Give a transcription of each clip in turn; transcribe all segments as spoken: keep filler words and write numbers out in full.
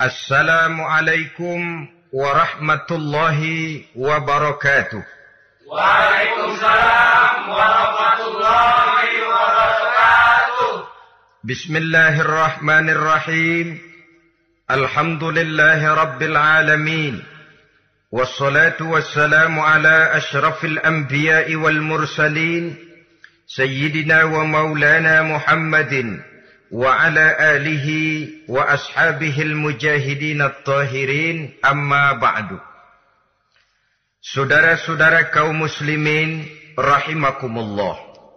Assalamualaikum warahmatullahi wabarakatuh. Waalaikumsalam warahmatullahi wabarakatuh. Bismillahirrahmanirrahim. Alhamdulillahi rabbil alamin. Wassalatu wassalamu ala ashrafil anbiya'i wal mursalin. Sayyidina wa maulana Muhammadin. وعلى آله وأصحابه المجاهدين الطاهرين أما بعد. Saudara-saudara kaum muslimin rahimakumullah.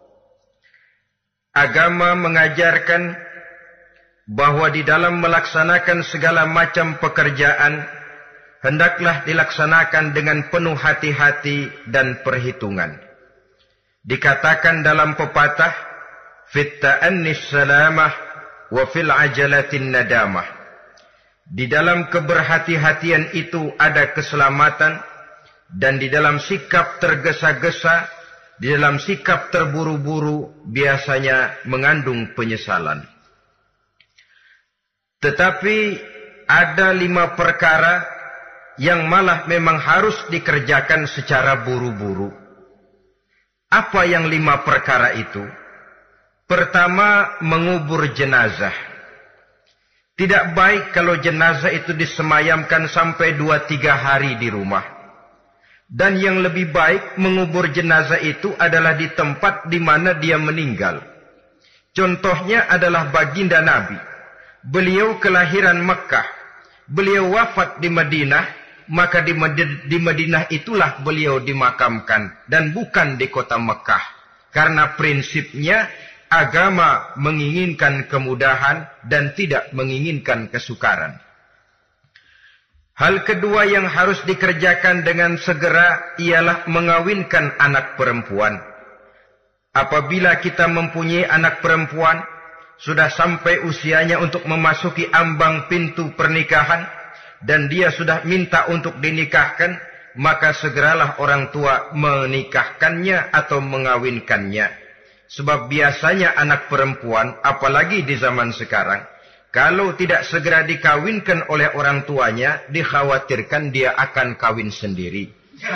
Agama mengajarkan bahwa di dalam melaksanakan segala macam pekerjaan hendaklah dilaksanakan dengan penuh hati-hati dan perhitungan. Dikatakan dalam pepatah, fit ta'annis salamah wa fil ajalatin nadamah. Di dalam keberhati-hatian itu ada keselamatan, dan di dalam sikap tergesa-gesa, di dalam sikap terburu-buru biasanya mengandung penyesalan. Tetapi ada lima perkara yang malah memang harus dikerjakan secara buru-buru. Apa yang lima perkara itu? Pertama, mengubur jenazah. Tidak baik kalau jenazah itu disemayamkan sampai dua tiga hari di rumah. Dan yang lebih baik mengubur jenazah itu adalah di tempat di mana dia meninggal. Contohnya adalah baginda Nabi. Beliau kelahiran Mekah. Beliau wafat di Madinah. Maka di Madinah itulah beliau dimakamkan. Dan bukan di kota Mekah. Karena prinsipnya agama menginginkan kemudahan dan tidak menginginkan kesukaran. Hal kedua yang harus dikerjakan dengan segera ialah mengawinkan anak perempuan. Apabila kita mempunyai anak perempuan, sudah sampai usianya untuk memasuki ambang pintu pernikahan, dan dia sudah minta untuk dinikahkan, maka segeralah orang tua menikahkannya atau mengawinkannya. Sebab biasanya anak perempuan, apalagi di zaman sekarang, kalau tidak segera dikawinkan oleh orang tuanya, dikhawatirkan dia akan kawin sendiri.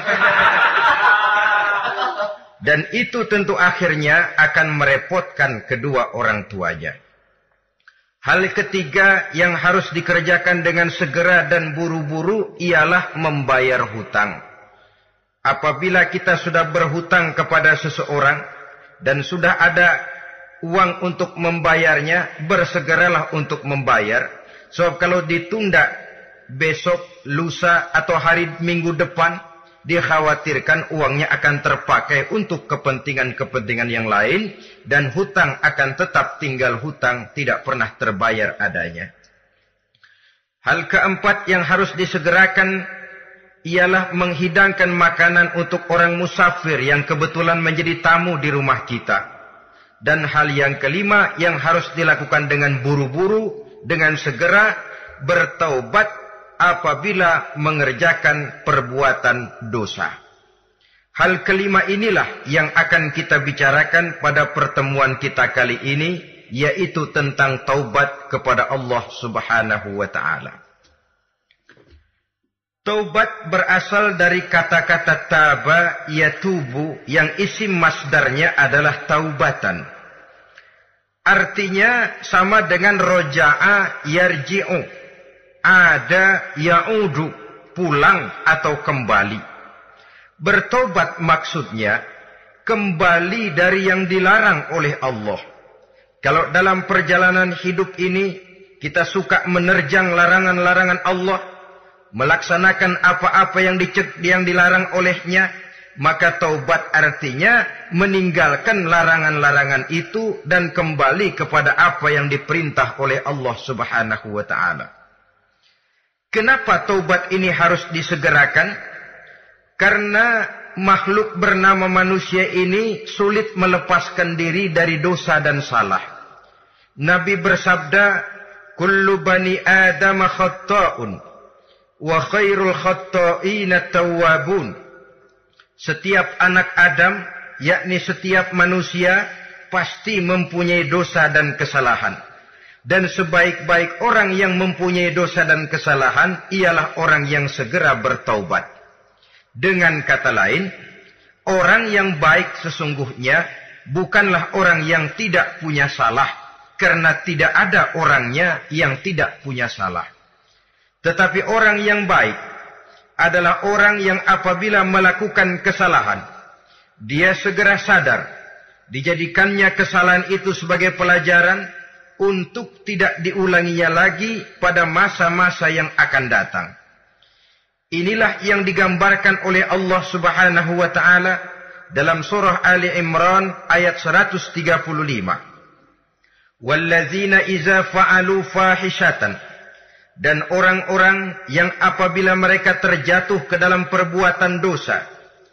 Dan itu tentu akhirnya akan merepotkan kedua orang tuanya. Hal ketiga yang harus dikerjakan dengan segera dan buru-buru ialah membayar hutang. Apabila kita sudah berhutang kepada seseorang, dan sudah ada uang untuk membayarnya, bersegeralah untuk membayar. Sebab kalau ditunda besok, lusa, atau hari minggu depan, dikhawatirkan uangnya akan terpakai untuk kepentingan-kepentingan yang lain, dan hutang akan tetap tinggal hutang, tidak pernah terbayar adanya. Hal keempat yang harus disegerakan ialah menghidangkan makanan untuk orang musafir yang kebetulan menjadi tamu di rumah kita. Dan hal yang kelima yang harus dilakukan dengan buru-buru, dengan segera bertaubat apabila mengerjakan perbuatan dosa. Hal kelima inilah yang akan kita bicarakan pada pertemuan kita kali ini, yaitu tentang taubat kepada Allah Subhanahu wa ta'ala. Taubat berasal dari kata-kata taba yatubu yang isim masdarnya adalah taubatan. Artinya sama dengan roja'a yarji'u. Ada ya'udu, pulang atau kembali. Bertobat maksudnya kembali dari yang dilarang oleh Allah. Kalau dalam perjalanan hidup ini kita suka menerjang larangan-larangan Allah, melaksanakan apa-apa yang, yang dilarang olehnya, maka taubat artinya meninggalkan larangan-larangan itu dan kembali kepada apa yang diperintah oleh Allah Subhanahu wa ta'ala. Kenapa taubat ini harus disegerakan? Karena makhluk bernama manusia ini sulit melepaskan diri dari dosa dan salah. Nabi bersabda, kullu bani Adam khatta'un wa khairul khatta'ina tawwabun. Setiap anak Adam, yakni setiap manusia, pasti mempunyai dosa dan kesalahan. Dan sebaik-baik orang yang mempunyai dosa dan kesalahan ialah orang yang segera bertaubat. Dengan kata lain, orang yang baik sesungguhnya bukanlah orang yang tidak punya salah, karena tidak ada orangnya yang tidak punya salah. Tetapi orang yang baik adalah orang yang apabila melakukan kesalahan, dia segera sadar, dijadikannya kesalahan itu sebagai pelajaran untuk tidak diulanginya lagi pada masa-masa yang akan datang. Inilah yang digambarkan oleh Allah Subhanahu wa taala dalam surah Ali Imran ayat seratus tiga puluh lima. Wallazina iza fa'alu fahishatan, dan orang-orang yang apabila mereka terjatuh ke dalam perbuatan dosa,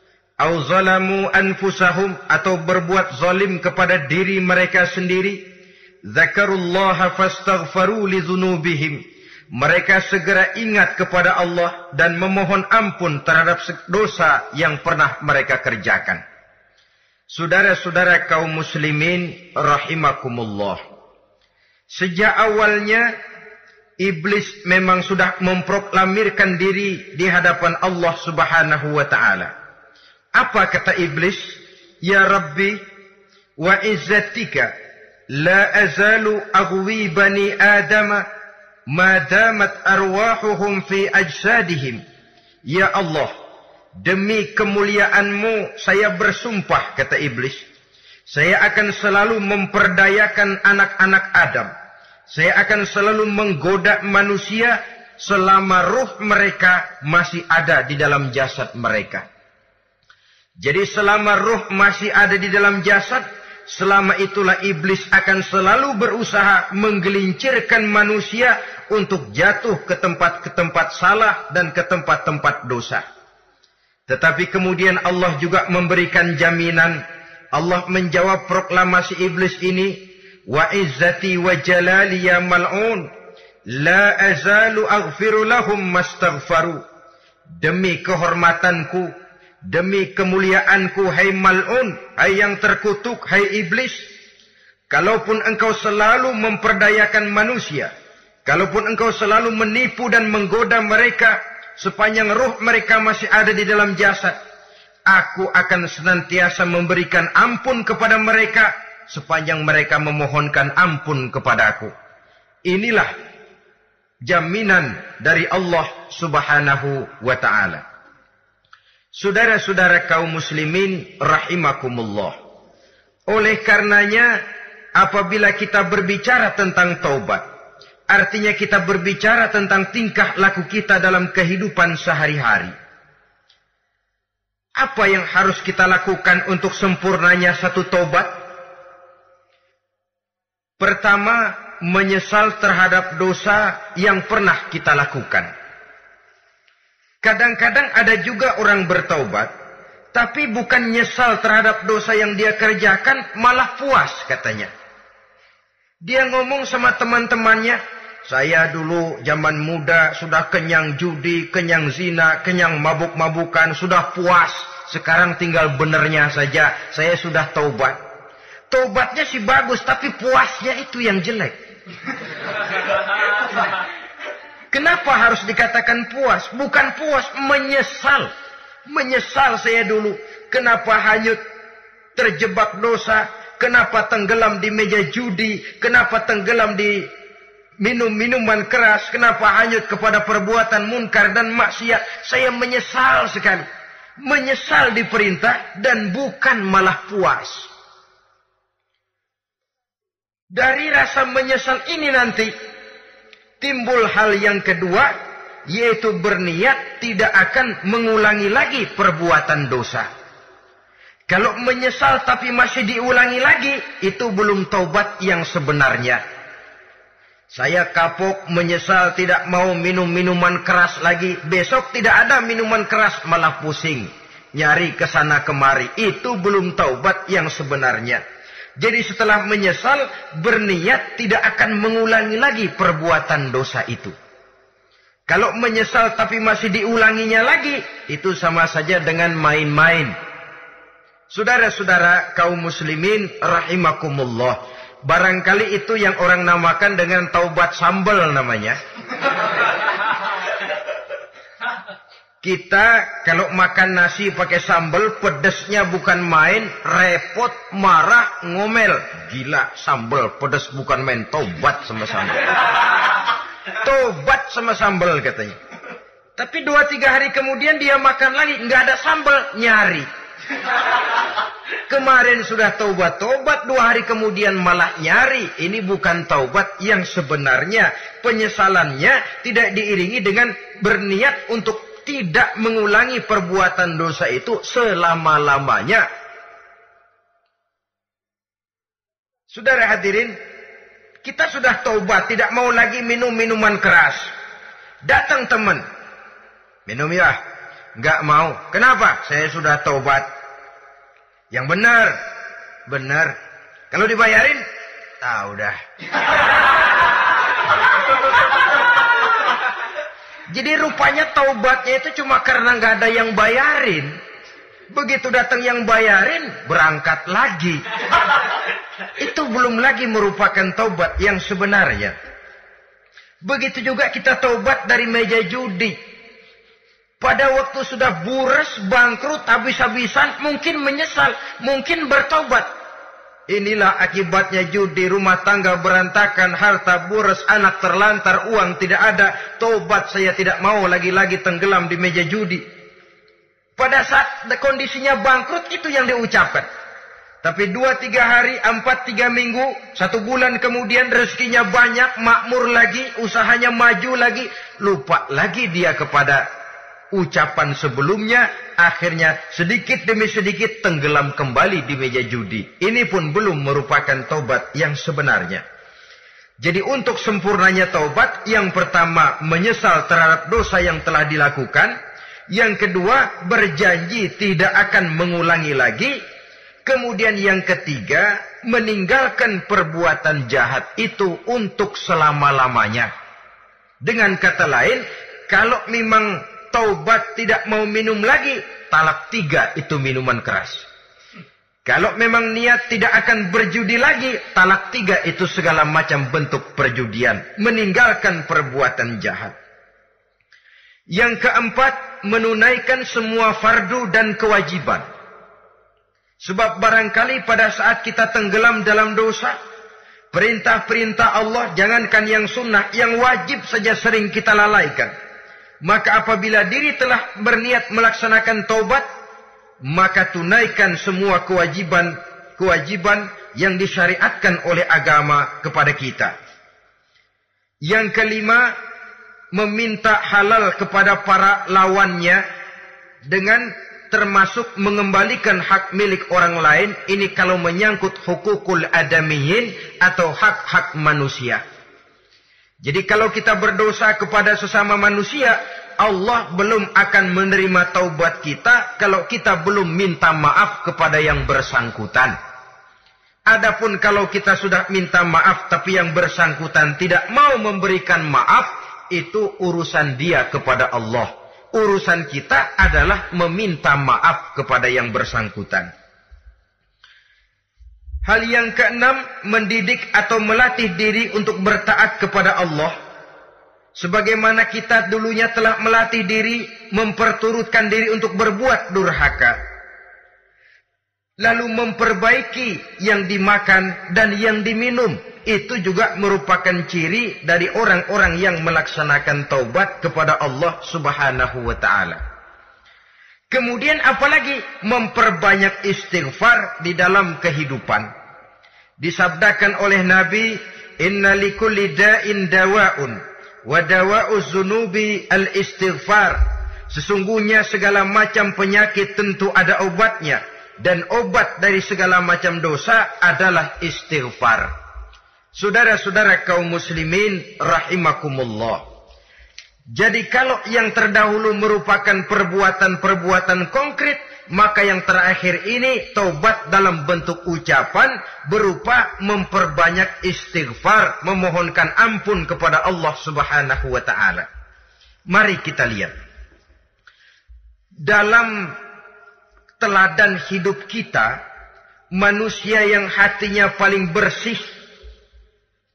au zalamu anfusahum, atau berbuat zalim kepada diri mereka sendiri, zakarullaha fastaghfaru lidzunubihim, mereka segera ingat kepada Allah dan memohon ampun terhadap dosa yang pernah mereka kerjakan. Saudara-saudara kaum muslimin rahimakumullah, sejak awalnya iblis memang sudah memproklamirkan diri di hadapan Allah Subhanahu wa taala. Apa kata iblis? Ya Rabbi, wa izzatika la azalu aghwi bani Adam ma damat arwahuhum fi ajsadihim. Ya Allah, demi kemuliaan-Mu saya bersumpah, kata iblis, saya akan selalu memperdayakan anak-anak Adam. Saya akan selalu menggoda manusia selama ruh mereka masih ada di dalam jasad mereka. Jadi selama ruh masih ada di dalam jasad, selama itulah iblis akan selalu berusaha menggelincirkan manusia untuk jatuh ke tempat-ke tempat salah dan ke tempat-tempat dosa. Tetapi kemudian Allah juga memberikan jaminan. Allah menjawab proklamasi iblis ini, wa izzati wa jalali ya mal'un la azalu aghfiru lahum mastaghfaru. Demi kehormatanku, demi kemuliaanku, hai mal'un, hai yang terkutuk, hai iblis, kalaupun engkau selalu memperdayakan manusia, kalaupun engkau selalu menipu dan menggoda mereka sepanjang ruh mereka masih ada di dalam jasad, aku akan senantiasa memberikan ampun kepada mereka sepanjang mereka memohonkan ampun kepadaku. Inilah jaminan dari Allah Subhanahu wa ta'ala. Saudara-saudara kaum muslimin rahimakumullah, oleh karenanya apabila kita berbicara tentang taubat, artinya kita berbicara tentang tingkah laku kita dalam kehidupan sehari-hari. Apa yang harus kita lakukan untuk sempurnanya satu taubat? Pertama, menyesal terhadap dosa yang pernah kita lakukan. Kadang-kadang ada juga orang bertaubat, tapi bukan nyesal terhadap dosa yang dia kerjakan, malah puas katanya. Dia ngomong sama teman-temannya, saya dulu zaman muda sudah kenyang judi, kenyang zina, kenyang mabuk-mabukan, sudah puas. Sekarang tinggal benernya saja, saya sudah taubat. Taubatnya sih bagus, tapi puasnya itu yang jelek. Kenapa harus dikatakan puas? Bukan puas, menyesal. Menyesal saya dulu. Kenapa hanyut terjebak dosa? Kenapa tenggelam di meja judi? Kenapa tenggelam di minum-minuman keras? Kenapa hanyut kepada perbuatan munkar dan maksiat? Saya menyesal sekali. Menyesal diperintah dan bukan malah puas. Dari rasa menyesal ini nanti timbul hal yang kedua, yaitu berniat tidak akan mengulangi lagi perbuatan dosa. Kalau menyesal tapi masih diulangi lagi, itu belum taubat yang sebenarnya. Saya kapok, menyesal, tidak mau minum minuman keras lagi. Besok tidak ada minuman keras, malah pusing, nyari kesana kemari. Itu belum taubat yang sebenarnya. Jadi setelah menyesal, berniat tidak akan mengulangi lagi perbuatan dosa itu. Kalau menyesal tapi masih diulanginya lagi, itu sama saja dengan main-main. Saudara-saudara kaum muslimin rahimakumullah, Barangkali itu yang orang namakan dengan taubat sambal namanya. Kita kalau makan nasi pakai sambal, pedesnya bukan main, repot, marah, ngomel. Gila, sambal pedes bukan main, taubat sama sambal. Taubat sama sambal katanya. Tapi dua tiga hari kemudian dia makan lagi, nggak ada sambal, nyari. Kemarin sudah taubat-taubat, dua hari kemudian malah nyari. Ini bukan taubat yang sebenarnya. Penyesalannya tidak diiringi dengan berniat untuk tidak mengulangi perbuatan dosa itu selama-lamanya. Saudara hadirin, kita sudah taubat, tidak mau lagi minum minuman keras. Datang teman, minum ya? Enggak mau. Kenapa? Saya sudah taubat. Yang benar, benar. Kalau dibayarin, tahu dah. Jadi rupanya taubatnya itu cuma karena nggak ada yang bayarin. Begitu datang yang bayarin, berangkat lagi. Itu belum lagi merupakan taubat yang sebenarnya. Begitu juga kita taubat dari meja judi. Pada waktu sudah buras, bangkrut, habis-habisan, mungkin menyesal, mungkin bertaubat. Inilah akibatnya judi, rumah tangga berantakan, harta buras, anak terlantar, uang tidak ada. Taubat, saya tidak mau lagi-lagi tenggelam di meja judi. Pada saat kondisinya bangkrut, itu yang diucapkan. Tapi dua, tiga hari, empat, tiga minggu, satu bulan kemudian rezekinya banyak, makmur lagi, usahanya maju lagi, lupa lagi dia kepada ucapan sebelumnya, akhirnya sedikit demi sedikit tenggelam kembali di meja judi. Ini pun belum merupakan taubat yang sebenarnya. Jadi untuk sempurnanya taubat, yang pertama menyesal terhadap dosa yang telah dilakukan, yang kedua berjanji tidak akan mengulangi lagi, kemudian yang ketiga meninggalkan perbuatan jahat itu untuk selama-lamanya. Dengan kata lain, kalau memang taubat tidak mau minum lagi, talak tiga itu minuman keras. Kalau memang niat tidak akan berjudi lagi, talak tiga itu segala macam bentuk perjudian. Meninggalkan perbuatan jahat. Yang keempat, menunaikan semua fardu dan kewajiban. Sebab barangkali pada saat kita tenggelam dalam dosa, perintah-perintah Allah, jangankan yang sunnah, yang wajib saja sering kita lalaikan. Maka apabila diri telah berniat melaksanakan taubat, maka tunaikan semua kewajiban-kewajiban yang disyariatkan oleh agama kepada kita. Yang kelima, meminta halal kepada para lawannya dengan termasuk mengembalikan hak milik orang lain. Ini kalau menyangkut hukukul adamiyin atau hak-hak manusia. Jadi kalau kita berdosa kepada sesama manusia, Allah belum akan menerima taubat kita kalau kita belum minta maaf kepada yang bersangkutan. Adapun kalau kita sudah minta maaf tapi yang bersangkutan tidak mau memberikan maaf, itu urusan dia kepada Allah. Urusan kita adalah meminta maaf kepada yang bersangkutan. Hal yang keenam, mendidik atau melatih diri untuk bertaat kepada Allah. Sebagaimana kita dulunya telah melatih diri, memperturutkan diri untuk berbuat durhaka. Lalu memperbaiki yang dimakan dan yang diminum. Itu juga merupakan ciri dari orang-orang yang melaksanakan taubat kepada Allah Subhanahu wa ta'ala. Kemudian apalagi memperbanyak istighfar di dalam kehidupan. Disabdakan oleh Nabi, inna likulli da'in dawa'un wa dawa'uz zunubi al-istighfar. Sesungguhnya segala macam penyakit tentu ada obatnya, dan obat dari segala macam dosa adalah istighfar. Saudara-saudara kaum muslimin rahimakumullah. Jadi kalau yang terdahulu merupakan perbuatan-perbuatan konkret, maka yang terakhir ini taubat dalam bentuk ucapan berupa memperbanyak istighfar, memohonkan ampun kepada Allah Subhanahu wa ta'ala. Mari kita lihat. Dalam teladan hidup kita, manusia yang hatinya paling bersih,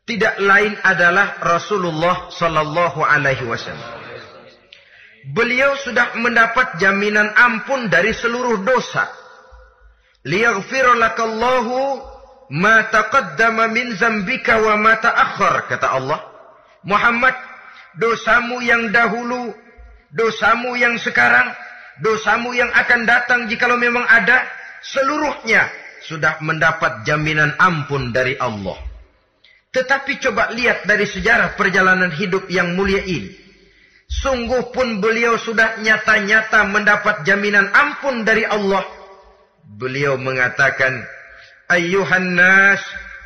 tidak lain adalah Rasulullah sallallahu alaihi wasallam. Beliau sudah mendapat jaminan ampun dari seluruh dosa. Liyaghfira lakallahu ma taqaddama min zambika wa ma ta'akhkhar, kata Allah. Muhammad, dosamu yang dahulu, dosamu yang sekarang, dosamu yang akan datang jikalau memang ada, seluruhnya sudah mendapat jaminan ampun dari Allah. Tetapi coba lihat dari sejarah perjalanan hidup yang mulia ini. Sungguh pun beliau sudah nyata-nyata mendapat jaminan ampun dari Allah. Beliau mengatakan, Ayyuhan nas,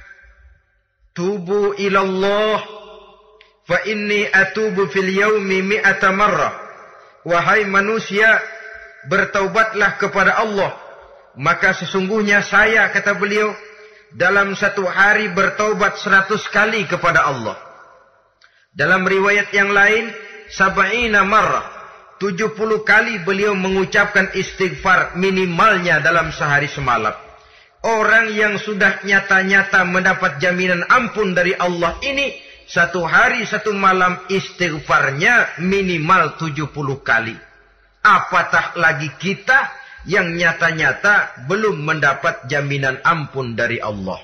tubu ilallah, fa inni atubu fil yaumi mi'ata marrah. Wahai manusia, bertaubatlah kepada Allah. Maka sesungguhnya saya, kata beliau, dalam satu hari bertaubat seratus kali kepada Allah. Dalam riwayat yang lain, sab'ina marrah, tujuh puluh kali beliau mengucapkan istighfar minimalnya dalam sehari semalam. Orang yang sudah nyata-nyata mendapat jaminan ampun dari Allah ini, satu hari satu malam istighfarnya minimal tujuh puluh kali. Apatah lagi kita yang nyata-nyata belum mendapat jaminan ampun dari Allah.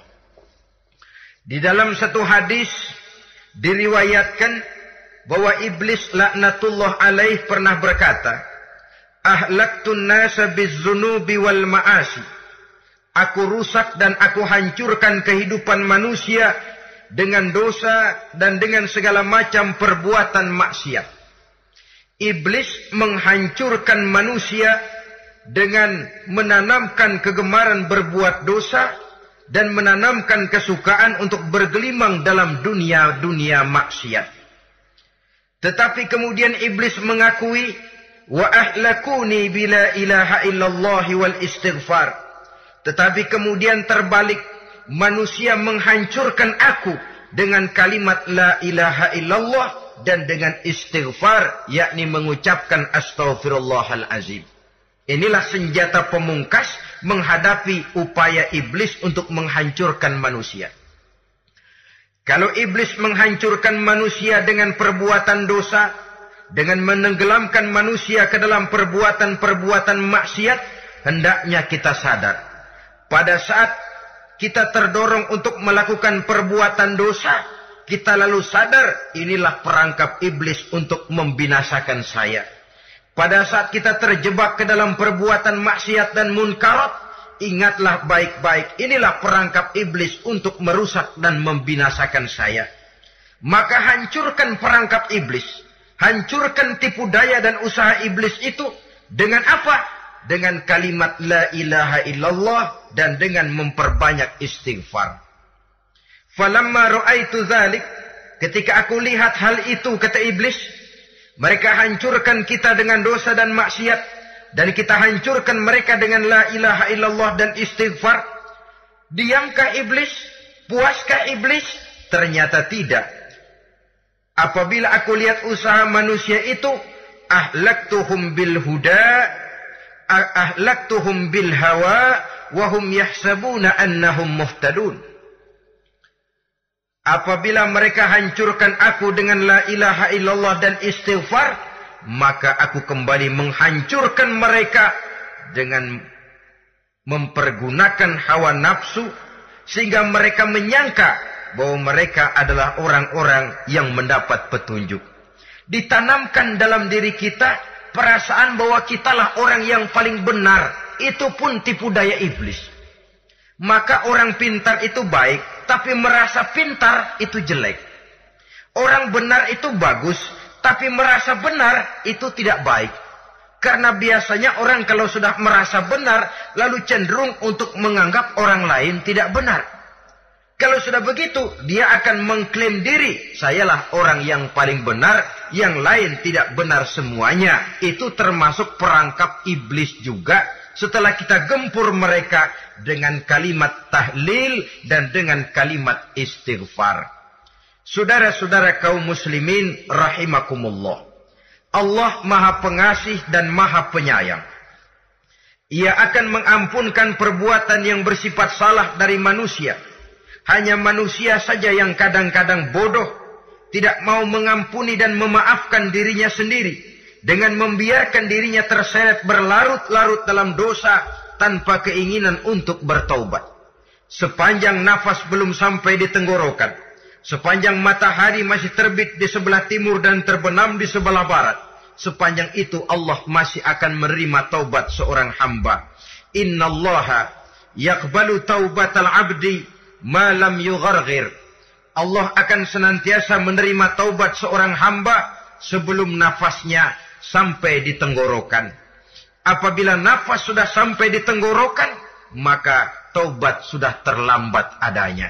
Di dalam satu hadis diriwayatkan bahwa iblis laknatullah alaih pernah berkata, Ahlaktun nasa bizzunubi wal ma'asi. Aku rusak dan aku hancurkan kehidupan manusia dengan dosa dan dengan segala macam perbuatan maksiat. Iblis menghancurkan manusia dengan menanamkan kegemaran berbuat dosa dan menanamkan kesukaan untuk bergelimang dalam dunia-dunia maksiat. Tetapi kemudian iblis mengakui, wa ahlakuni bila ilaha illallah wal istighfar. Tetapi kemudian terbalik, manusia menghancurkan aku dengan kalimat la ilaha illallah dan dengan istighfar, yakni mengucapkan astaghfirullahalazim. Inilah senjata pemungkas menghadapi upaya iblis untuk menghancurkan manusia. Kalau iblis menghancurkan manusia dengan perbuatan dosa, dengan menenggelamkan manusia ke dalam perbuatan-perbuatan maksiat, hendaknya kita sadar. Pada saat kita terdorong untuk melakukan perbuatan dosa, kita lalu sadar inilah perangkap iblis untuk membinasakan saya. Pada saat kita terjebak ke dalam perbuatan maksiat dan munkarat, ingatlah baik-baik inilah perangkap iblis untuk merusak dan membinasakan saya. Maka hancurkan perangkap iblis, hancurkan tipu daya dan usaha iblis itu dengan apa? Dengan kalimat la ilaha illallah dan dengan memperbanyak istighfar. Falamma ra'aitu dzalik, ketika aku lihat hal itu, kata iblis, mereka hancurkan kita dengan dosa dan maksiat dan kita hancurkan mereka dengan la ilaha illallah dan istighfar. Diamkah iblis? Puaskah iblis? Ternyata tidak. Apabila aku lihat usaha manusia itu, ahlaktuhum bil huda, ahlaktuhum bil hawa wa hum yahsabuna annahum muhtadun. Apabila mereka hancurkan aku dengan la ilaha illallah dan istighfar, maka aku kembali menghancurkan mereka dengan mempergunakan hawa nafsu, sehingga mereka menyangka bahwa mereka adalah orang-orang yang mendapat petunjuk. Ditanamkan dalam diri kita perasaan bahwa kitalah orang yang paling benar. Itu pun tipu daya iblis. Maka orang pintar itu baik, tapi merasa pintar itu jelek. Orang benar itu bagus, tapi merasa benar itu tidak baik. Karena biasanya orang kalau sudah merasa benar, lalu cenderung untuk menganggap orang lain tidak benar. Kalau sudah begitu, dia akan mengklaim diri, sayalah orang yang paling benar, yang lain tidak benar semuanya. Itu termasuk perangkap iblis juga. Setelah kita gempur mereka dengan kalimat tahlil dan dengan kalimat istighfar. Saudara-saudara kaum muslimin rahimakumullah. Allah Maha Pengasih dan Maha Penyayang. Ia akan mengampunkan perbuatan yang bersifat salah dari manusia. Hanya manusia saja yang kadang-kadang bodoh, tidak mau mengampuni dan memaafkan dirinya sendiri, dengan membiarkan dirinya terseret berlarut-larut dalam dosa tanpa keinginan untuk bertaubat. Sepanjang nafas belum sampai di tenggorokan, sepanjang matahari masih terbit di sebelah timur dan terbenam di sebelah barat, sepanjang itu Allah masih akan menerima taubat seorang hamba. Innallaha yaqbalu taubatal abdi ma lam yugharghir. Allah akan senantiasa menerima taubat seorang hamba sebelum nafasnya sampai di tenggorokan. Apabila nafas sudah sampai di tenggorokan, maka taubat sudah terlambat adanya.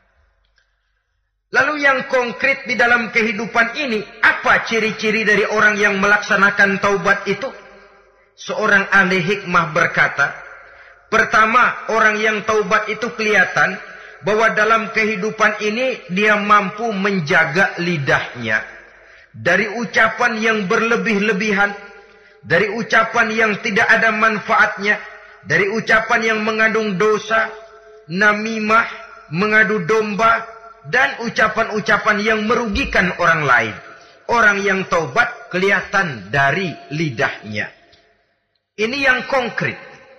Lalu yang konkret di dalam kehidupan ini, apa ciri-ciri dari orang yang melaksanakan taubat itu? Seorang ahli hikmah berkata, pertama, orang yang taubat itu kelihatan bahwa dalam kehidupan ini dia mampu menjaga lidahnya dari ucapan yang berlebih-lebihan, dari ucapan yang tidak ada manfaatnya, dari ucapan yang mengandung dosa, namimah, mengadu domba, dan ucapan-ucapan yang merugikan orang lain. Orang yang taubat kelihatan dari lidahnya. Ini yang konkret.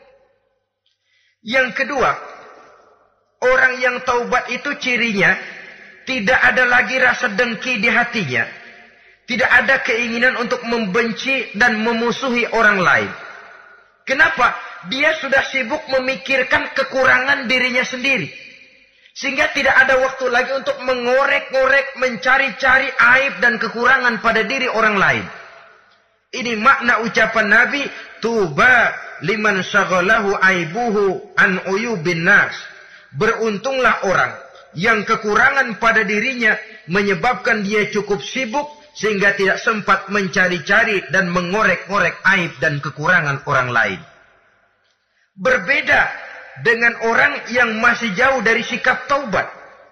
Yang kedua, orang yang taubat itu cirinya tidak ada lagi rasa dengki di hatinya. Tidak ada keinginan untuk membenci dan memusuhi orang lain. Kenapa? Dia sudah sibuk memikirkan kekurangan dirinya sendiri. Sehingga tidak ada waktu lagi untuk mengorek-ngorek, mencari-cari aib dan kekurangan pada diri orang lain. Ini makna ucapan Nabi, tuba liman syaghalahu aibuhu an uyubin nas. Beruntunglah orang yang kekurangan pada dirinya menyebabkan dia cukup sibuk sehingga tidak sempat mencari-cari dan mengorek-ngorek aib dan kekurangan orang lain. Berbeda dengan orang yang masih jauh dari sikap taubat.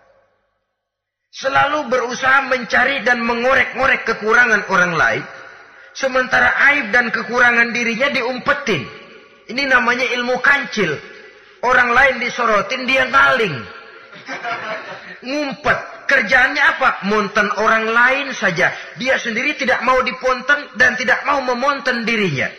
Selalu berusaha mencari dan mengorek-ngorek kekurangan orang lain, sementara aib dan kekurangan dirinya diumpetin. Ini namanya ilmu kancil. Orang lain disorotin, dia ngaling. Ngumpet. Kerjaannya apa? Monten orang lain saja. Dia sendiri tidak mau diponten dan tidak mau memonten dirinya.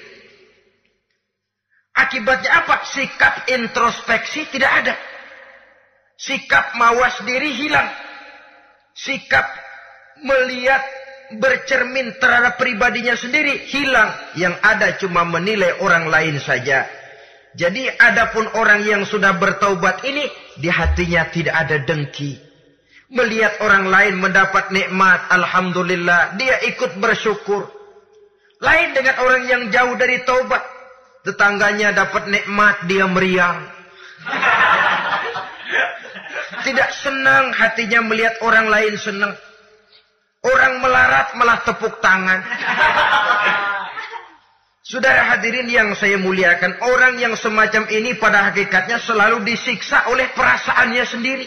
Akibatnya apa? Sikap introspeksi tidak ada. Sikap mawas diri hilang. Sikap melihat, bercermin terhadap pribadinya sendiri hilang. Yang ada cuma menilai orang lain saja. Jadi adapun orang yang sudah bertaubat ini, di hatinya tidak ada dengki. Melihat orang lain mendapat nikmat, alhamdulillah, dia ikut bersyukur. Lain dengan orang yang jauh dari taubat. Tetangganya dapat nikmat, dia meriang. Tidak senang hatinya melihat orang lain senang. Orang melarat malah tepuk tangan. Saudara hadirin yang saya muliakan, orang yang semacam ini pada hakikatnya selalu disiksa oleh perasaannya sendiri.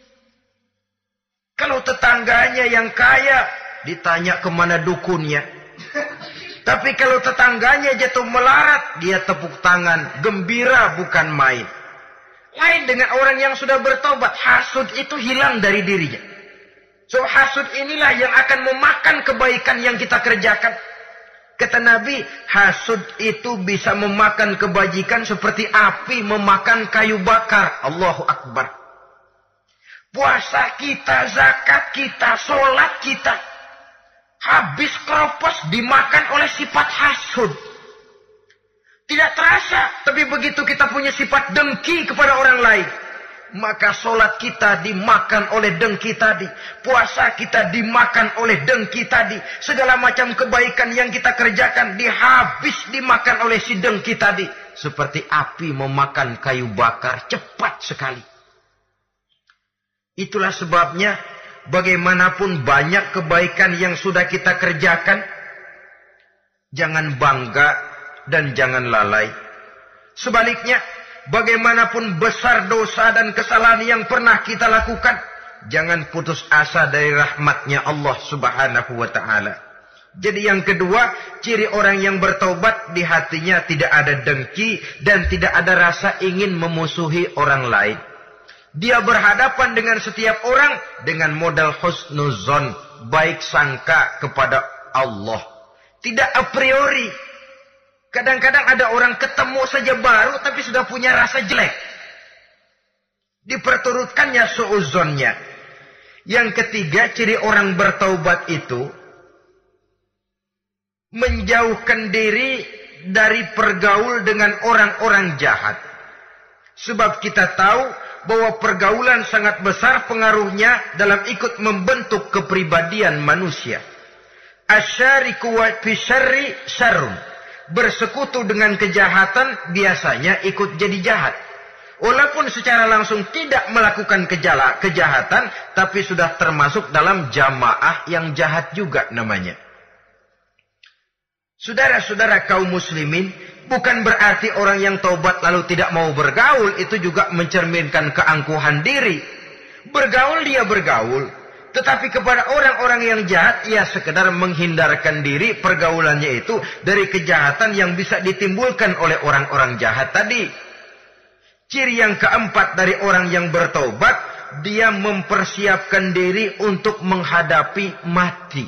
Kalau tetangganya yang kaya, ditanya kemana dukunnya. Tapi kalau tetangganya jatuh melarat, dia tepuk tangan, gembira bukan main. Lain dengan orang yang sudah bertobat, hasud itu hilang dari dirinya. So hasud inilah yang akan memakan kebaikan yang kita kerjakan. Kata Nabi, hasud itu bisa memakan kebajikan seperti api memakan kayu bakar. Allahu Akbar. Puasa kita, zakat kita, sholat kita, habis kropos dimakan oleh sifat hasud. Tidak terasa, tapi begitu kita punya sifat dengki kepada orang lain, maka sholat kita dimakan oleh dengki tadi. Puasa kita dimakan oleh dengki tadi. Segala macam kebaikan yang kita kerjakan dihabis dimakan oleh si dengki tadi. Seperti api memakan kayu bakar, cepat sekali. Itulah sebabnya bagaimanapun banyak kebaikan yang sudah kita kerjakan, jangan bangga dan jangan lalai. Sebaliknya, bagaimanapun besar dosa dan kesalahan yang pernah kita lakukan, jangan putus asa dari rahmatnya Allah Subhanahu wa Ta'ala. Jadi yang kedua, ciri orang yang bertaubat, di hatinya tidak ada dengki dan tidak ada rasa ingin memusuhi orang lain. Dia berhadapan dengan setiap orang dengan modal husnuzon, baik sangka kepada Allah. Tidak a priori. Kadang-kadang ada orang ketemu saja baru tapi sudah punya rasa jelek. Diperturutkannya su'uzonnya. Yang ketiga, ciri orang bertaubat itu menjauhkan diri dari pergaul dengan orang-orang jahat. Sebab kita tahu bahwa pergaulan sangat besar pengaruhnya dalam ikut membentuk kepribadian manusia. Asyariku wa fi syarri syarrun. Bersekutu dengan kejahatan biasanya ikut jadi jahat. Walaupun secara langsung tidak melakukan kejala, kejahatan, tapi sudah termasuk dalam jamaah yang jahat juga namanya. Saudara-saudara kaum muslimin, bukan berarti orang yang taubat lalu tidak mau bergaul, itu juga mencerminkan keangkuhan diri. Bergaul dia bergaul, tetapi kepada orang-orang yang jahat, ia sekedar menghindarkan diri pergaulannya itu dari kejahatan yang bisa ditimbulkan oleh orang-orang jahat tadi. Ciri yang keempat dari orang yang bertaubat, dia mempersiapkan diri untuk menghadapi mati.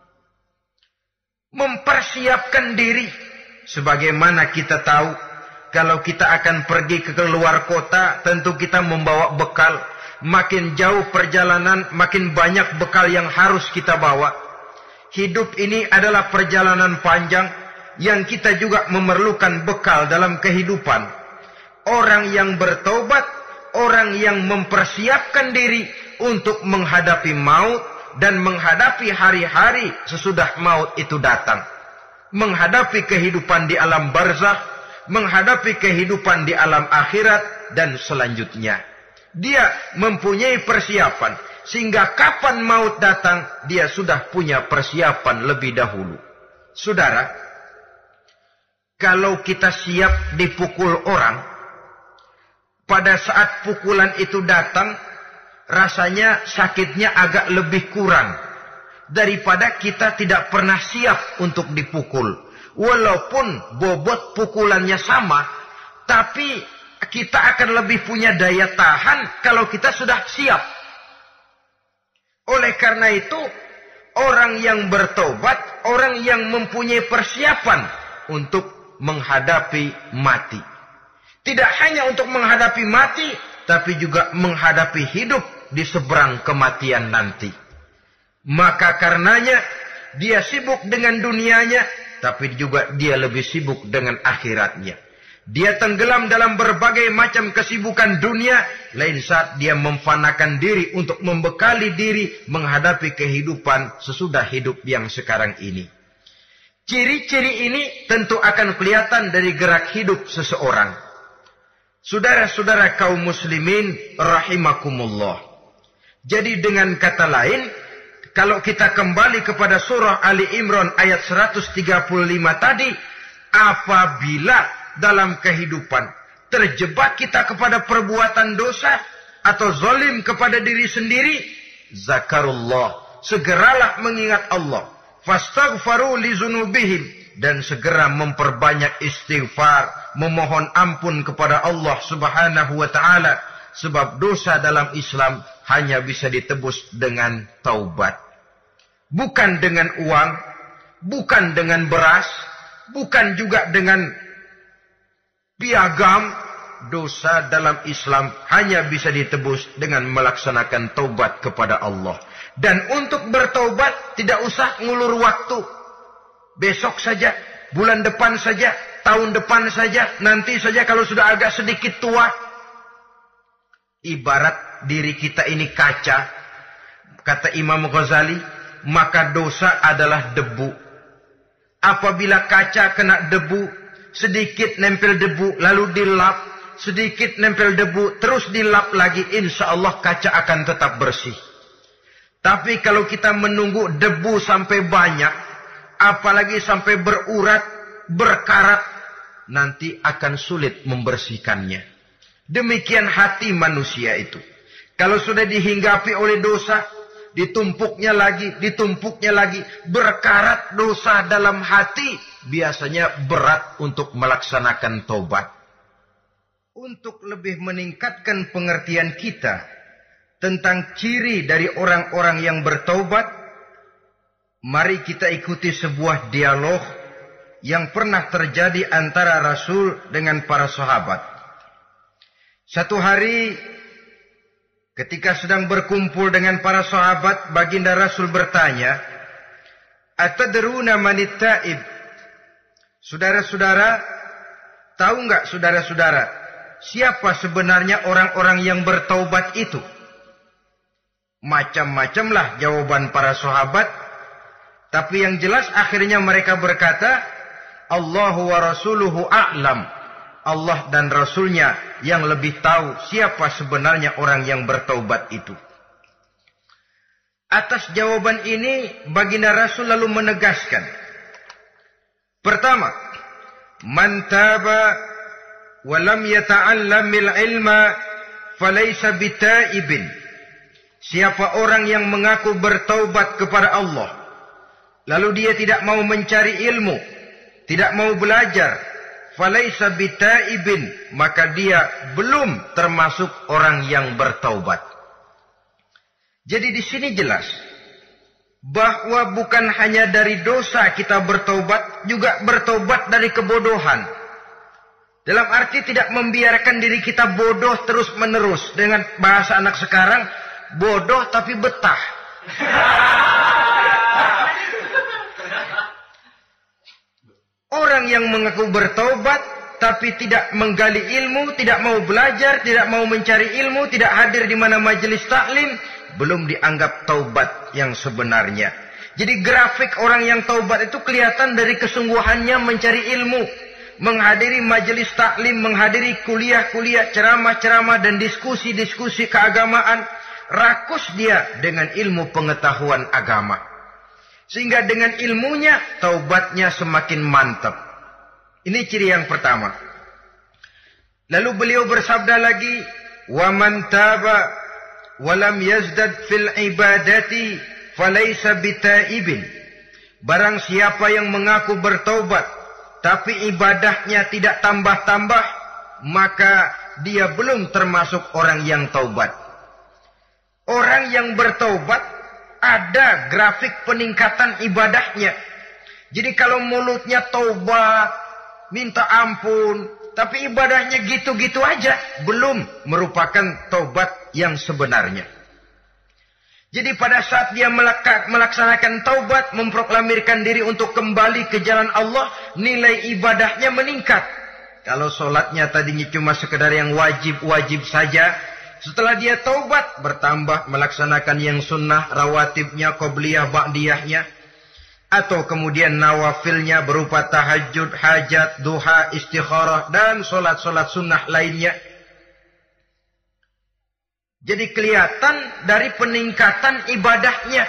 Mempersiapkan diri. Sebagaimana kita tahu, kalau kita akan pergi ke keluar kota, tentu kita membawa bekal. Makin jauh perjalanan, makin banyak bekal yang harus kita bawa. Hidup ini adalah perjalanan panjang, yang kita juga memerlukan bekal dalam kehidupan. Orang yang bertobat, orang yang mempersiapkan diri untuk menghadapi maut dan menghadapi hari-hari sesudah maut itu datang. Menghadapi kehidupan di alam barzakh, menghadapi kehidupan di alam akhirat dan selanjutnya. Dia mempunyai persiapan sehingga kapan maut datang dia sudah punya persiapan lebih dahulu. Saudara, kalau kita siap dipukul orang, pada saat pukulan itu datang, rasanya sakitnya agak lebih kurang daripada kita tidak pernah siap untuk dipukul. Walaupun bobot pukulannya sama, tapi kita akan lebih punya daya tahan kalau kita sudah siap. Oleh karena itu, orang yang bertobat, orang yang mempunyai persiapan untuk menghadapi mati. Tidak hanya untuk menghadapi mati, tapi juga menghadapi hidup di seberang kematian nanti. Maka karenanya, dia sibuk dengan dunianya, tapi juga dia lebih sibuk dengan akhiratnya. Dia tenggelam dalam berbagai macam kesibukan dunia, lain saat dia memfanakan diri untuk membekali diri menghadapi kehidupan sesudah hidup yang sekarang ini. Ciri-ciri ini tentu akan kelihatan dari gerak hidup seseorang. Saudara-saudara kaum muslimin rahimakumullah. Jadi dengan kata lain, kalau kita kembali kepada surah Ali Imran ayat seratus tiga puluh lima tadi, apabila dalam kehidupan terjebak kita kepada perbuatan dosa atau zalim kepada diri sendiri, zakarullah, segeralah mengingat Allah, fastaghfaru li dzunubihim, dan segera memperbanyak istighfar, memohon ampun kepada Allah Subhanahu wa taala, sebab dosa dalam Islam hanya bisa ditebus dengan taubat. Bukan dengan uang, bukan dengan beras, bukan juga dengan piagam. Dosa dalam Islam hanya bisa ditebus dengan melaksanakan taubat kepada Allah. Dan untuk bertaubat tidak usah ngulur waktu. Besok saja, bulan depan saja, tahun depan saja, nanti saja kalau sudah agak sedikit tua. Ibarat diri kita ini kaca, kata Imam Ghazali, maka dosa adalah debu. Apabila kaca kena debu, sedikit nempel debu, lalu dilap, sedikit nempel debu, terus dilap lagi, insya Allah kaca akan tetap bersih. Tapi kalau kita menunggu debu sampai banyak, apalagi sampai berurat, berkarat, nanti akan sulit membersihkannya. Demikian hati manusia itu. Kalau sudah dihinggapi oleh dosa, ditumpuknya lagi, ditumpuknya lagi, berkarat dosa dalam hati, biasanya berat untuk melaksanakan tobat. untuk lebih meningkatkan pengertian kita tentang ciri dari orang-orang yang bertaubat, mari kita ikuti sebuah dialog yang pernah terjadi antara Rasul dengan para sahabat. Satu hari ketika sedang berkumpul dengan para sahabat, baginda Rasul bertanya, "Atadruna manit taib?" Saudara-saudara, tahu enggak saudara-saudara, siapa sebenarnya orang-orang yang bertaubat itu? Macam-macamlah jawaban para sahabat, tapi yang jelas akhirnya mereka berkata, Allahu wa rasuluhu a'lam. Allah dan Rasulnya yang lebih tahu siapa sebenarnya orang yang bertaubat itu. Atas jawaban ini, baginda Rasul lalu menegaskan. Pertama, man taba wa lam yata'allamil ilma falaysa bitaibin. Siapa orang yang mengaku bertaubat kepada Allah, lalu dia tidak mau mencari ilmu, tidak mau belajar, falaysa bitaibin, maka dia belum termasuk orang yang bertaubat. Jadi di sini jelas bahwa bukan hanya dari dosa kita bertaubat, juga bertaubat dari kebodohan. Dalam arti tidak membiarkan diri kita bodoh terus menerus. Dengan bahasa anak sekarang, bodoh tapi betah. Orang yang mengaku bertaubat tapi tidak menggali ilmu, tidak mau belajar, tidak mau mencari ilmu, tidak hadir di mana majelis taklim, belum dianggap taubat yang sebenarnya. Jadi grafik orang yang taubat itu kelihatan dari kesungguhannya mencari ilmu, menghadiri majelis taklim, menghadiri kuliah-kuliah, ceramah-ceramah dan diskusi-diskusi keagamaan. Rakus dia dengan ilmu pengetahuan agama. Sehingga dengan ilmunya, taubatnya semakin mantap. Ini ciri yang pertama. Lalu beliau bersabda lagi, وَمَنْ تَابَ وَلَمْ يَزْدَدْ فِي الْعِبَادَةِ فَلَيْسَ بِتَائِبٍ. Barang siapa yang mengaku bertaubat, tapi ibadahnya tidak tambah-tambah, maka dia belum termasuk orang yang taubat. Orang yang bertaubat ada grafik peningkatan ibadahnya. Jadi kalau mulutnya taubat, minta ampun, tapi ibadahnya gitu-gitu aja, belum merupakan taubat yang sebenarnya. Jadi pada saat dia melaksanakan taubat, memproklamirkan diri untuk kembali ke jalan Allah, nilai ibadahnya meningkat. Kalau sholatnya tadinya cuma sekedar yang wajib-wajib saja, setelah dia taubat, bertambah melaksanakan yang sunnah, rawatibnya, qobliyah, ba'diyahnya. Atau kemudian nawafilnya berupa tahajud, hajat, duha, istikharah, dan solat-solat sunnah lainnya. Jadi kelihatan dari peningkatan ibadahnya.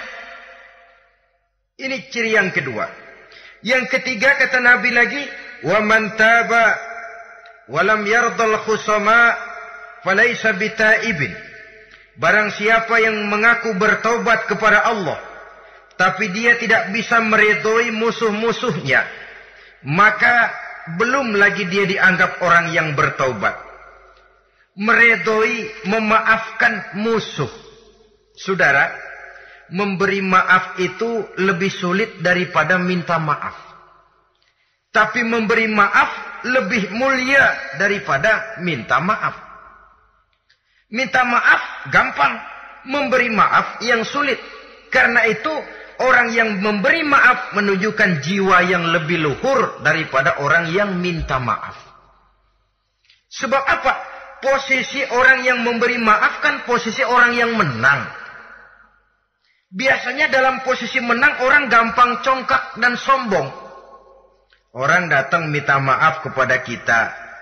Ini ciri yang kedua. Yang ketiga kata Nabi lagi, وَمَنْ تَابَ وَلَمْ يَرْضَ الْخُصَمَاءِ فَلَيْسَ بِتَائِبٍ. Barang siapa yang mengaku bertaubat kepada Allah, tapi dia tidak bisa meridhoi musuh-musuhnya, maka belum lagi dia dianggap orang yang bertaubat. Meridhoi, memaafkan musuh. Saudara, memberi maaf itu lebih sulit daripada minta maaf. Tapi memberi maaf lebih mulia daripada minta maaf. Minta maaf gampang, memberi maaf yang sulit. Karena itu orang yang memberi maaf menunjukkan jiwa yang lebih luhur daripada orang yang minta maaf. Sebab apa? Posisi orang yang memberi maaf kan posisi orang yang menang. Biasanya dalam posisi menang orang gampang congkak dan sombong. Orang datang minta maaf kepada kita,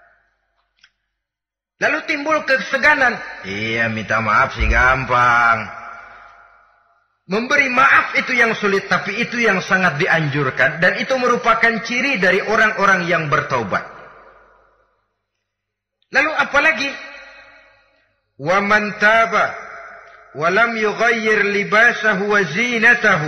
lalu timbul keseganan. Iya, minta maaf sih gampang. Memberi maaf itu yang sulit, tapi itu yang sangat dianjurkan. Dan itu merupakan ciri dari orang-orang yang bertaubat. Lalu apalagi? وَمَنْ تَابَ وَلَمْ يُغَيِّرْ لِبَاسَهُ وَزِينَتَهُ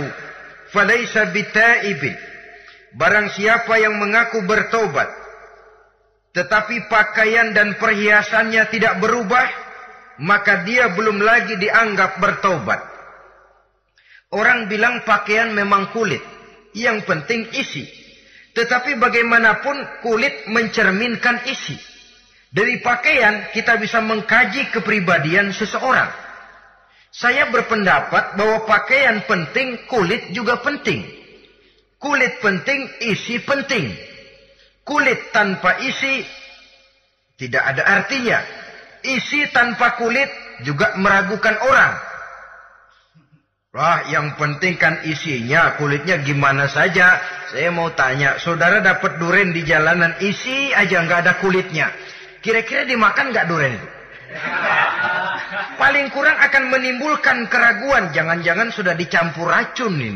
فَلَيْسَ بِتَائِبٍ. Barang siapa yang mengaku bertaubat, tetapi pakaian dan perhiasannya tidak berubah, maka dia belum lagi dianggap bertaubat. Orang bilang pakaian memang kulit, yang penting isi. Tetapi bagaimanapun kulit mencerminkan isi. Dari pakaian kita bisa mengkaji kepribadian seseorang. Saya berpendapat bahwa pakaian penting, kulit juga penting. Kulit penting, isi penting. Kulit tanpa isi tidak ada artinya. Isi tanpa kulit juga meragukan orang. Wah, yang penting kan isinya, kulitnya gimana saja. Saya mau tanya, saudara dapat duren di jalanan, isi aja nggak ada kulitnya. Kira-kira dimakan nggak duren itu? Paling kurang akan menimbulkan keraguan. Jangan-jangan sudah dicampur racun ini.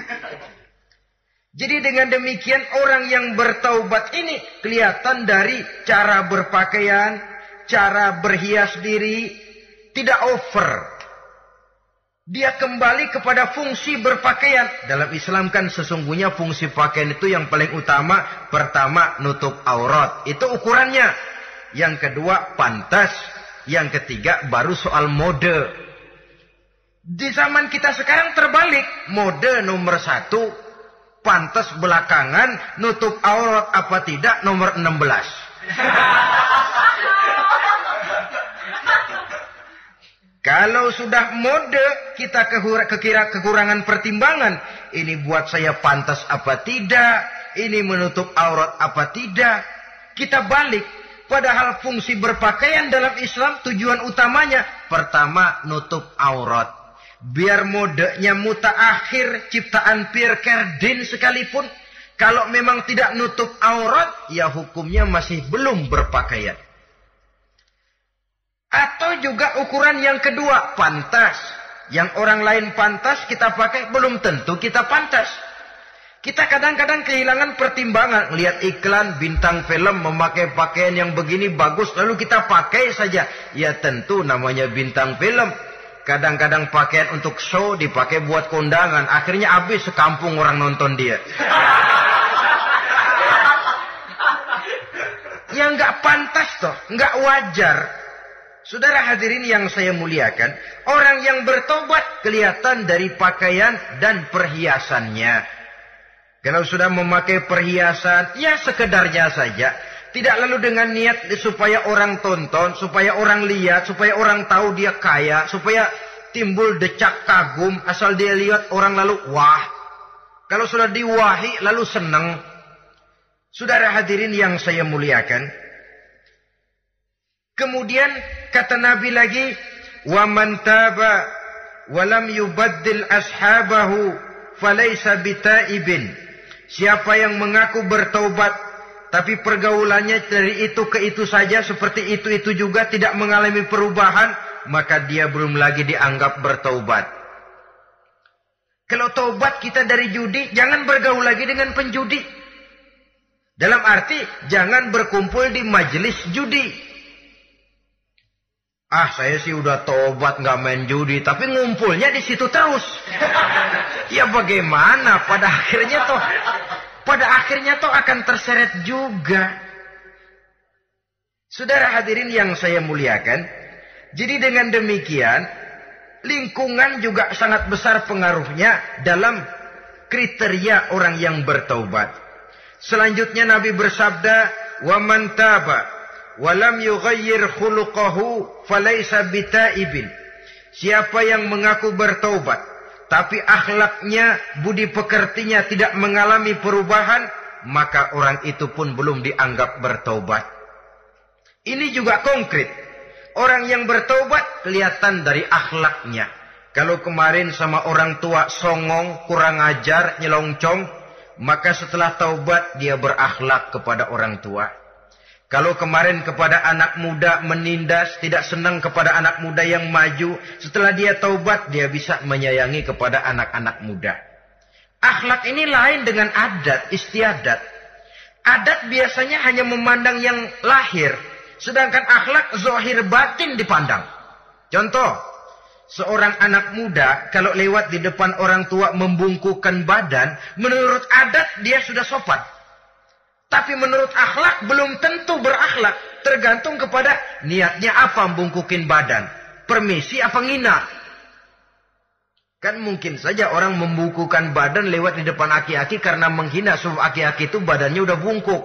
Jadi dengan demikian orang yang bertaubat ini kelihatan dari cara berpakaian, cara berhias diri, tidak over. Dia kembali kepada fungsi berpakaian. Dalam Islam kan sesungguhnya fungsi pakaian itu yang paling utama. Pertama, nutup aurat. Itu ukurannya. Yang kedua, pantas. Yang ketiga, baru soal mode. Di zaman kita sekarang terbalik. Mode nomor satu. Pantas belakangan. Nutup aurat apa tidak nomor enam belas. Kalau sudah mode, kita kekira kekurangan pertimbangan. Ini buat saya pantas apa tidak? Ini menutup aurat apa tidak? Kita balik. Padahal fungsi berpakaian dalam Islam tujuan utamanya. Pertama, nutup aurat. Biar modenya mutaakhir, ciptaan Pierre Cardin sekalipun. Kalau memang tidak nutup aurat, ya hukumnya masih belum berpakaian. Atau juga ukuran yang kedua, pantas. Yang orang lain pantas, kita pakai, belum tentu kita pantas. Kita kadang-kadang kehilangan pertimbangan. Lihat iklan bintang film memakai pakaian yang begini bagus, lalu kita pakai saja. Ya tentu namanya bintang film. Kadang-kadang pakaian untuk show dipakai buat kondangan. Akhirnya habis sekampung orang nonton dia. Ya nggak pantas toh, nggak wajar. Saudara hadirin yang saya muliakan, orang yang bertobat kelihatan dari pakaian dan perhiasannya. Kalau sudah memakai perhiasan, ya sekedarnya saja. Tidak lalu dengan niat supaya orang tonton, supaya orang lihat, supaya orang tahu dia kaya, supaya timbul decak kagum, asal dia lihat orang lalu wah. Kalau sudah diwahi lalu senang. Saudara hadirin yang saya muliakan, kemudian kata Nabi lagi, wa man taba wa lam yubaddil ashabahu falaysa bitaibin. Siapa yang mengaku bertaubat tapi pergaulannya dari itu ke itu saja, seperti itu-itu juga tidak mengalami perubahan, maka dia belum lagi dianggap bertaubat. Kalau taubat kita dari judi, jangan bergaul lagi dengan penjudi. Dalam arti jangan berkumpul di majelis judi. Ah, saya sih udah tobat nggak main judi, tapi ngumpulnya di situ terus. Ya bagaimana? Pada akhirnya toh, pada akhirnya toh akan terseret juga. Saudara hadirin yang saya muliakan, jadi dengan demikian lingkungan juga sangat besar pengaruhnya dalam kriteria orang yang bertaubat. Selanjutnya Nabi bersabda, "Wa man taba walam yughayyir khuluquhu falaysa bitaibin." Siapa yang mengaku bertaubat tapi akhlaknya, budi pekertinya tidak mengalami perubahan, maka orang itu pun belum dianggap bertaubat. Ini juga konkret. Orang yang bertaubat kelihatan dari akhlaknya. Kalau kemarin sama orang tua songong, kurang ajar, nyelongcong, maka setelah taubat dia berakhlak kepada orang tua. Kalau kemarin kepada anak muda menindas, tidak senang kepada anak muda yang maju, setelah dia taubat, dia bisa menyayangi kepada anak-anak muda. Akhlak ini lain dengan adat, istiadat. Adat biasanya hanya memandang yang lahir, sedangkan akhlak zahir batin dipandang. Contoh, seorang anak muda kalau lewat di depan orang tua membungkukkan badan, menurut adat dia sudah sopan. Tapi menurut akhlak belum tentu berakhlak. Tergantung kepada niatnya apa membungkukin badan. Permisi apa ngina. Kan mungkin saja orang membungkukan badan lewat di depan aki-aki karena menghina sebab aki-aki itu badannya udah bungkuk.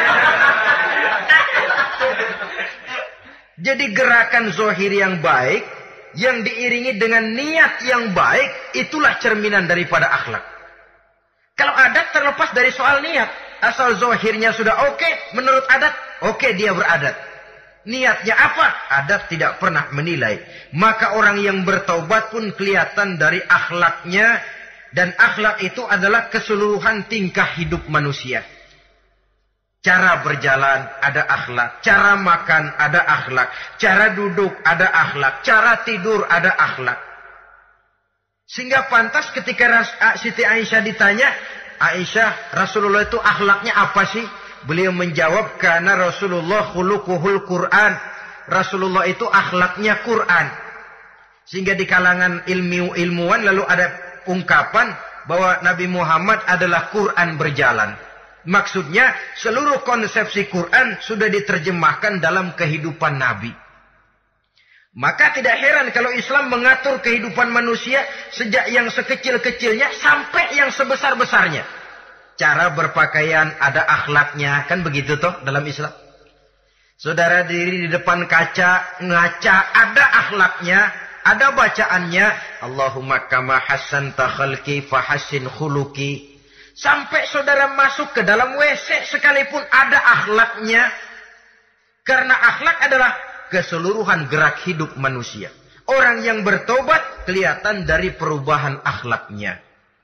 Jadi gerakan zohir yang baik yang diiringi dengan niat yang baik itulah cerminan daripada akhlak. Kalau adat terlepas dari soal niat. Asal zohirnya sudah oke, okay, menurut adat, oke okay, dia beradat. Niatnya apa? Adat tidak pernah menilai. Maka orang yang bertaubat pun kelihatan dari akhlaknya. Dan akhlak itu adalah keseluruhan tingkah hidup manusia. Cara berjalan ada akhlak. Cara makan ada akhlak. Cara duduk ada akhlak. Cara tidur ada akhlak. Sehingga pantas ketika Siti Aisyah ditanya, Aisyah, Rasulullah itu akhlaknya apa sih? Beliau menjawab, karena Rasulullah khuluquhul Quran. Rasulullah itu akhlaknya Quran. Sehingga di kalangan ilmu ilmuwan lalu ada ungkapan bahwa Nabi Muhammad adalah Quran berjalan. Maksudnya seluruh konsepsi Quran sudah diterjemahkan dalam kehidupan Nabi. Maka tidak heran kalau Islam mengatur kehidupan manusia sejak yang sekecil-kecilnya sampai yang sebesar-besarnya. Cara berpakaian ada akhlaknya, kan begitu toh dalam Islam. Saudara diri di depan kaca, ngaca, ada akhlaknya, ada bacaannya. Allahumma kama hassanta khalqi fahassin khuluqi. Sampai saudara masuk ke dalam W C sekalipun ada akhlaknya. Karena akhlak adalah keseluruhan gerak hidup manusia. Orang yang bertobat kelihatan dari perubahan akhlaknya.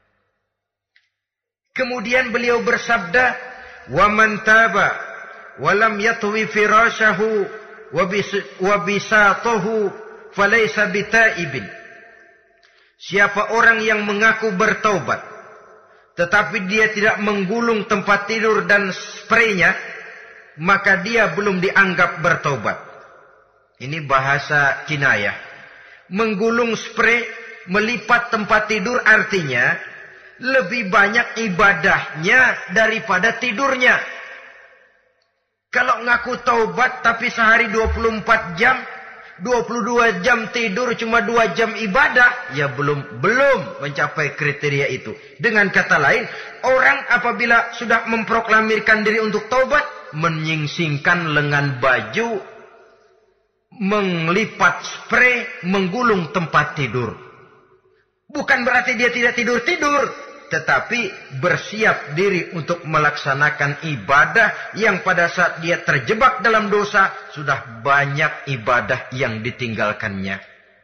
Kemudian beliau bersabda, "Wa man taba wa lam yatwi firashahu wa bisatahu falaysa bitaibin." Siapa orang yang mengaku bertaubat tetapi dia tidak menggulung tempat tidur dan spraynya, maka dia belum dianggap bertaubat. Ini bahasa kinayah. Menggulung spray, melipat tempat tidur artinya lebih banyak ibadahnya daripada tidurnya. Kalau ngaku taubat tapi sehari dua puluh empat jam, dua puluh dua jam tidur cuma dua jam ibadah, ya belum belum mencapai kriteria itu. Dengan kata lain, orang apabila sudah memproklamirkan diri untuk taubat, menyingsingkan lengan baju, melipat spray, menggulung tempat tidur. Bukan berarti dia tidak tidur-tidur, tetapi bersiap diri untuk melaksanakan ibadah yang pada saat dia terjebak dalam dosa, sudah banyak ibadah yang ditinggalkannya.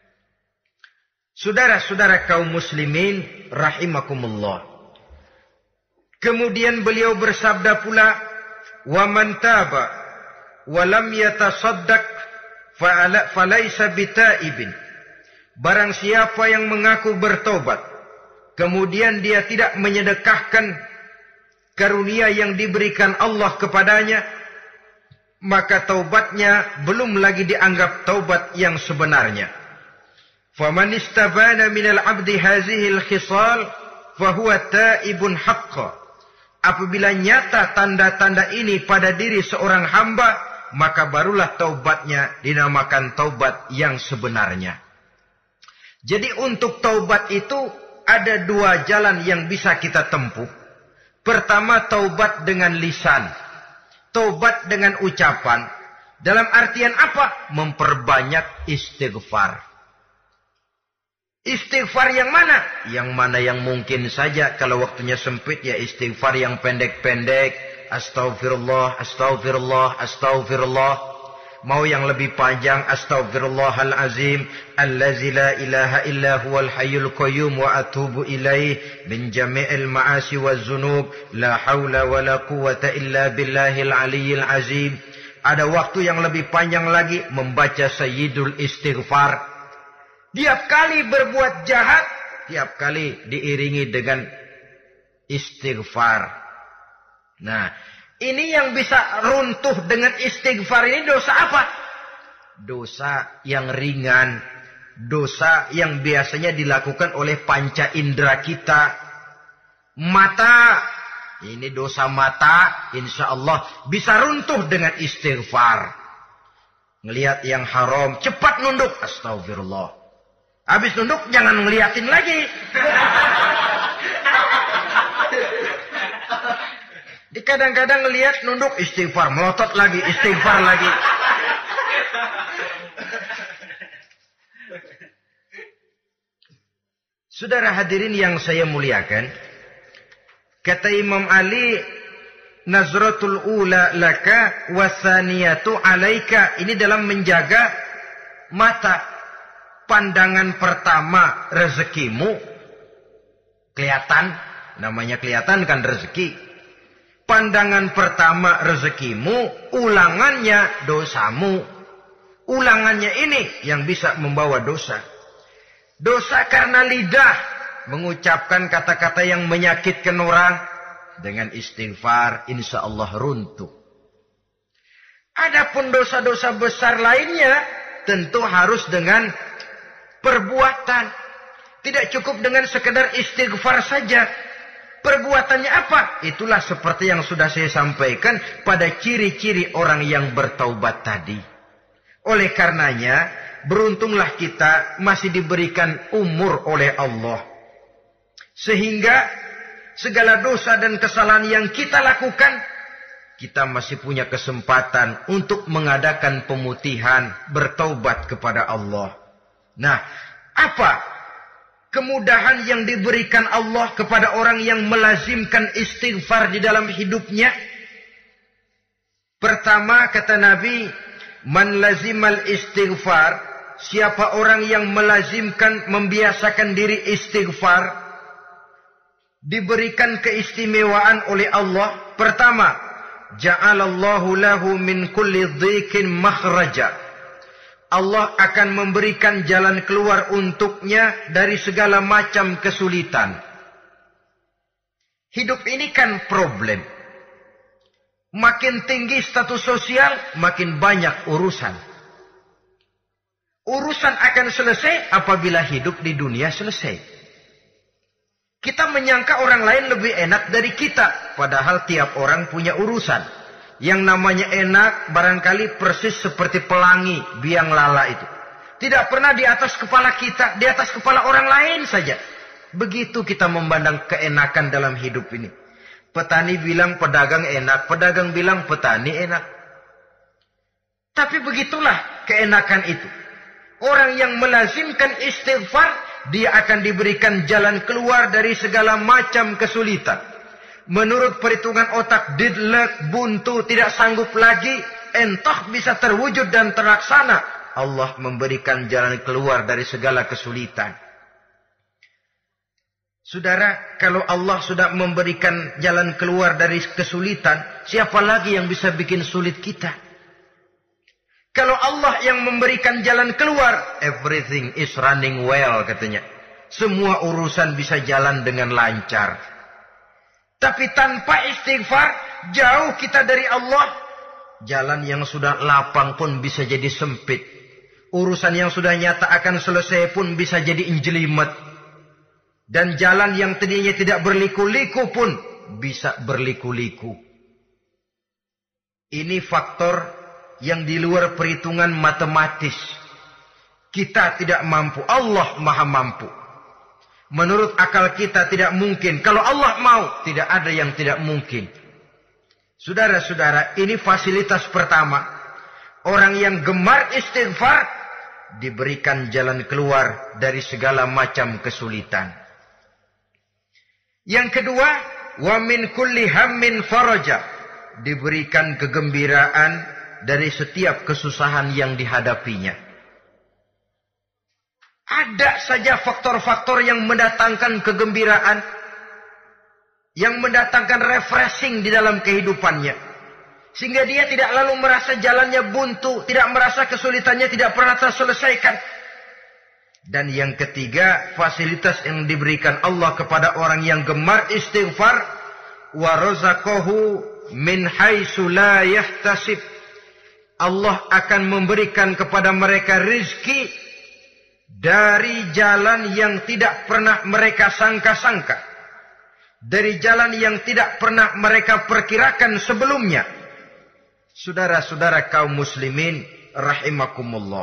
Saudara-saudara kaum muslimin rahimakumullah. Kemudian beliau bersabda pula, "Wa man taba wa lam yatasaddaq falaysa bitaibin." Barang siapa yang mengaku bertobat, kemudian dia tidak menyedekahkan karunia yang diberikan Allah kepadanya, maka taubatnya belum lagi dianggap taubat yang sebenarnya. Faman istabana minal abdi hazihil khisal fahuwa taibun haqqa. Apabila nyata tanda-tanda ini pada diri seorang hamba, maka barulah taubatnya dinamakan taubat yang sebenarnya. Jadi untuk taubat itu ada dua jalan yang bisa kita tempuh. Pertama, taubat dengan lisan. Taubat dengan ucapan. Dalam artian apa? Memperbanyak istighfar. Istighfar yang mana? Yang mana yang mungkin saja. Kalau waktunya sempit ya istighfar yang pendek-pendek. Astaghfirullah, astaghfirullah, astaghfirullah. Mau yang lebih panjang, astaghfirullahalazim allazi la ilaha illa huwal hayyul qayyum wa atubu ilaih min jami'il ma'asi waz zunub la haula wala quwwata illa billahil aliyyil azim. Ada waktu yang lebih panjang lagi membaca sayyidul istighfar. Tiap kali berbuat jahat, tiap kali diiringi dengan istighfar. Nah, ini yang bisa runtuh dengan istighfar ini dosa apa? Dosa yang ringan. Dosa yang biasanya dilakukan oleh panca indera kita. Mata Ini dosa mata, insya Allah bisa runtuh dengan istighfar. Ngelihat yang haram, cepat nunduk. Astagfirullah. Habis nunduk, jangan ngeliatin lagi. Di kadang-kadang ngelihat nunduk, istighfar. Melotot lagi, istighfar lagi. Saudara hadirin yang saya muliakan, kata Imam Ali, nazratul ula laka wasaniyatu alaika. Ini dalam menjaga mata. Pandangan pertama rezekimu. Kelihatan. Namanya kelihatan kan rezeki. Pandangan pertama rezekimu. Ulangannya dosamu. Ulangannya ini yang bisa membawa dosa. Dosa karena lidah. Mengucapkan kata-kata yang menyakitkan orang. Dengan istighfar, insya Allah runtuh. Adapun dosa-dosa besar lainnya, tentu harus dengan perbuatan. Tidak cukup dengan sekedar istighfar saja. Perbuatannya apa? Itulah seperti yang sudah saya sampaikan pada ciri-ciri orang yang bertaubat tadi. Oleh karenanya, beruntunglah kita masih diberikan umur oleh Allah. Sehingga segala dosa dan kesalahan yang kita lakukan, kita masih punya kesempatan untuk mengadakan pemutihan, bertaubat kepada Allah. Nah, apa kemudahan yang diberikan Allah kepada orang yang melazimkan istighfar di dalam hidupnya? Pertama, kata Nabi, man lazimal istighfar, siapa orang yang melazimkan, membiasakan diri istighfar, diberikan keistimewaan oleh Allah. Pertama, ja'alallahu lahu min kulli dhiqin makhraja. Allah akan memberikan jalan keluar untuknya dari segala macam kesulitan. Hidup ini kan problem. Makin tinggi status sosial, makin banyak urusan. Urusan akan selesai apabila hidup di dunia selesai. Kita menyangka orang lain lebih enak dari kita. Padahal tiap orang punya urusan. Yang namanya enak barangkali persis seperti pelangi biang lala itu. Tidak pernah di atas kepala kita. Di atas kepala orang lain saja. Begitu kita memandang keenakan dalam hidup ini. Petani bilang pedagang enak. Pedagang bilang petani enak. Tapi begitulah keenakan itu. Orang yang melazimkan istighfar, dia akan diberikan jalan keluar dari segala macam kesulitan. Menurut perhitungan otak, didlek, buntu, tidak sanggup lagi, entah bisa terwujud dan terlaksana. Allah memberikan jalan keluar dari segala kesulitan. Saudara, kalau Allah sudah memberikan jalan keluar dari kesulitan, siapa lagi yang bisa bikin sulit kita? Kalau Allah yang memberikan jalan keluar, everything is running well, katanya. Semua urusan bisa jalan dengan lancar. Tapi tanpa istighfar, jauh kita dari Allah. Jalan yang sudah lapang pun bisa jadi sempit. Urusan yang sudah nyata akan selesai pun bisa jadi injelimet. Dan jalan yang tadinya tidak berliku-liku pun bisa berliku-liku. Ini faktor yang di luar perhitungan matematis. Kita tidak mampu, Allah maha mampu. Menurut akal kita tidak mungkin. Kalau Allah mau, tidak ada yang tidak mungkin. Saudara-saudara, ini fasilitas pertama. Orang yang gemar istighfar, diberikan jalan keluar dari segala macam kesulitan. Yang kedua, wa min kulli hammin faraja. Diberikan kegembiraan dari setiap kesusahan yang dihadapinya. Ada saja faktor-faktor yang mendatangkan kegembiraan, yang mendatangkan refreshing di dalam kehidupannya. Sehingga dia tidak lalu merasa jalannya buntu, tidak merasa kesulitannya tidak pernah terselesaikan. Dan yang ketiga, fasilitas yang diberikan Allah kepada orang yang gemar istighfar, wa razaqahu min haitsu la yahtasib. Allah akan memberikan kepada mereka rizki dari jalan yang tidak pernah mereka sangka-sangka. dari jalan yang tidak pernah mereka perkirakan sebelumnya. Saudara-saudara kaum muslimin rahimakumullah.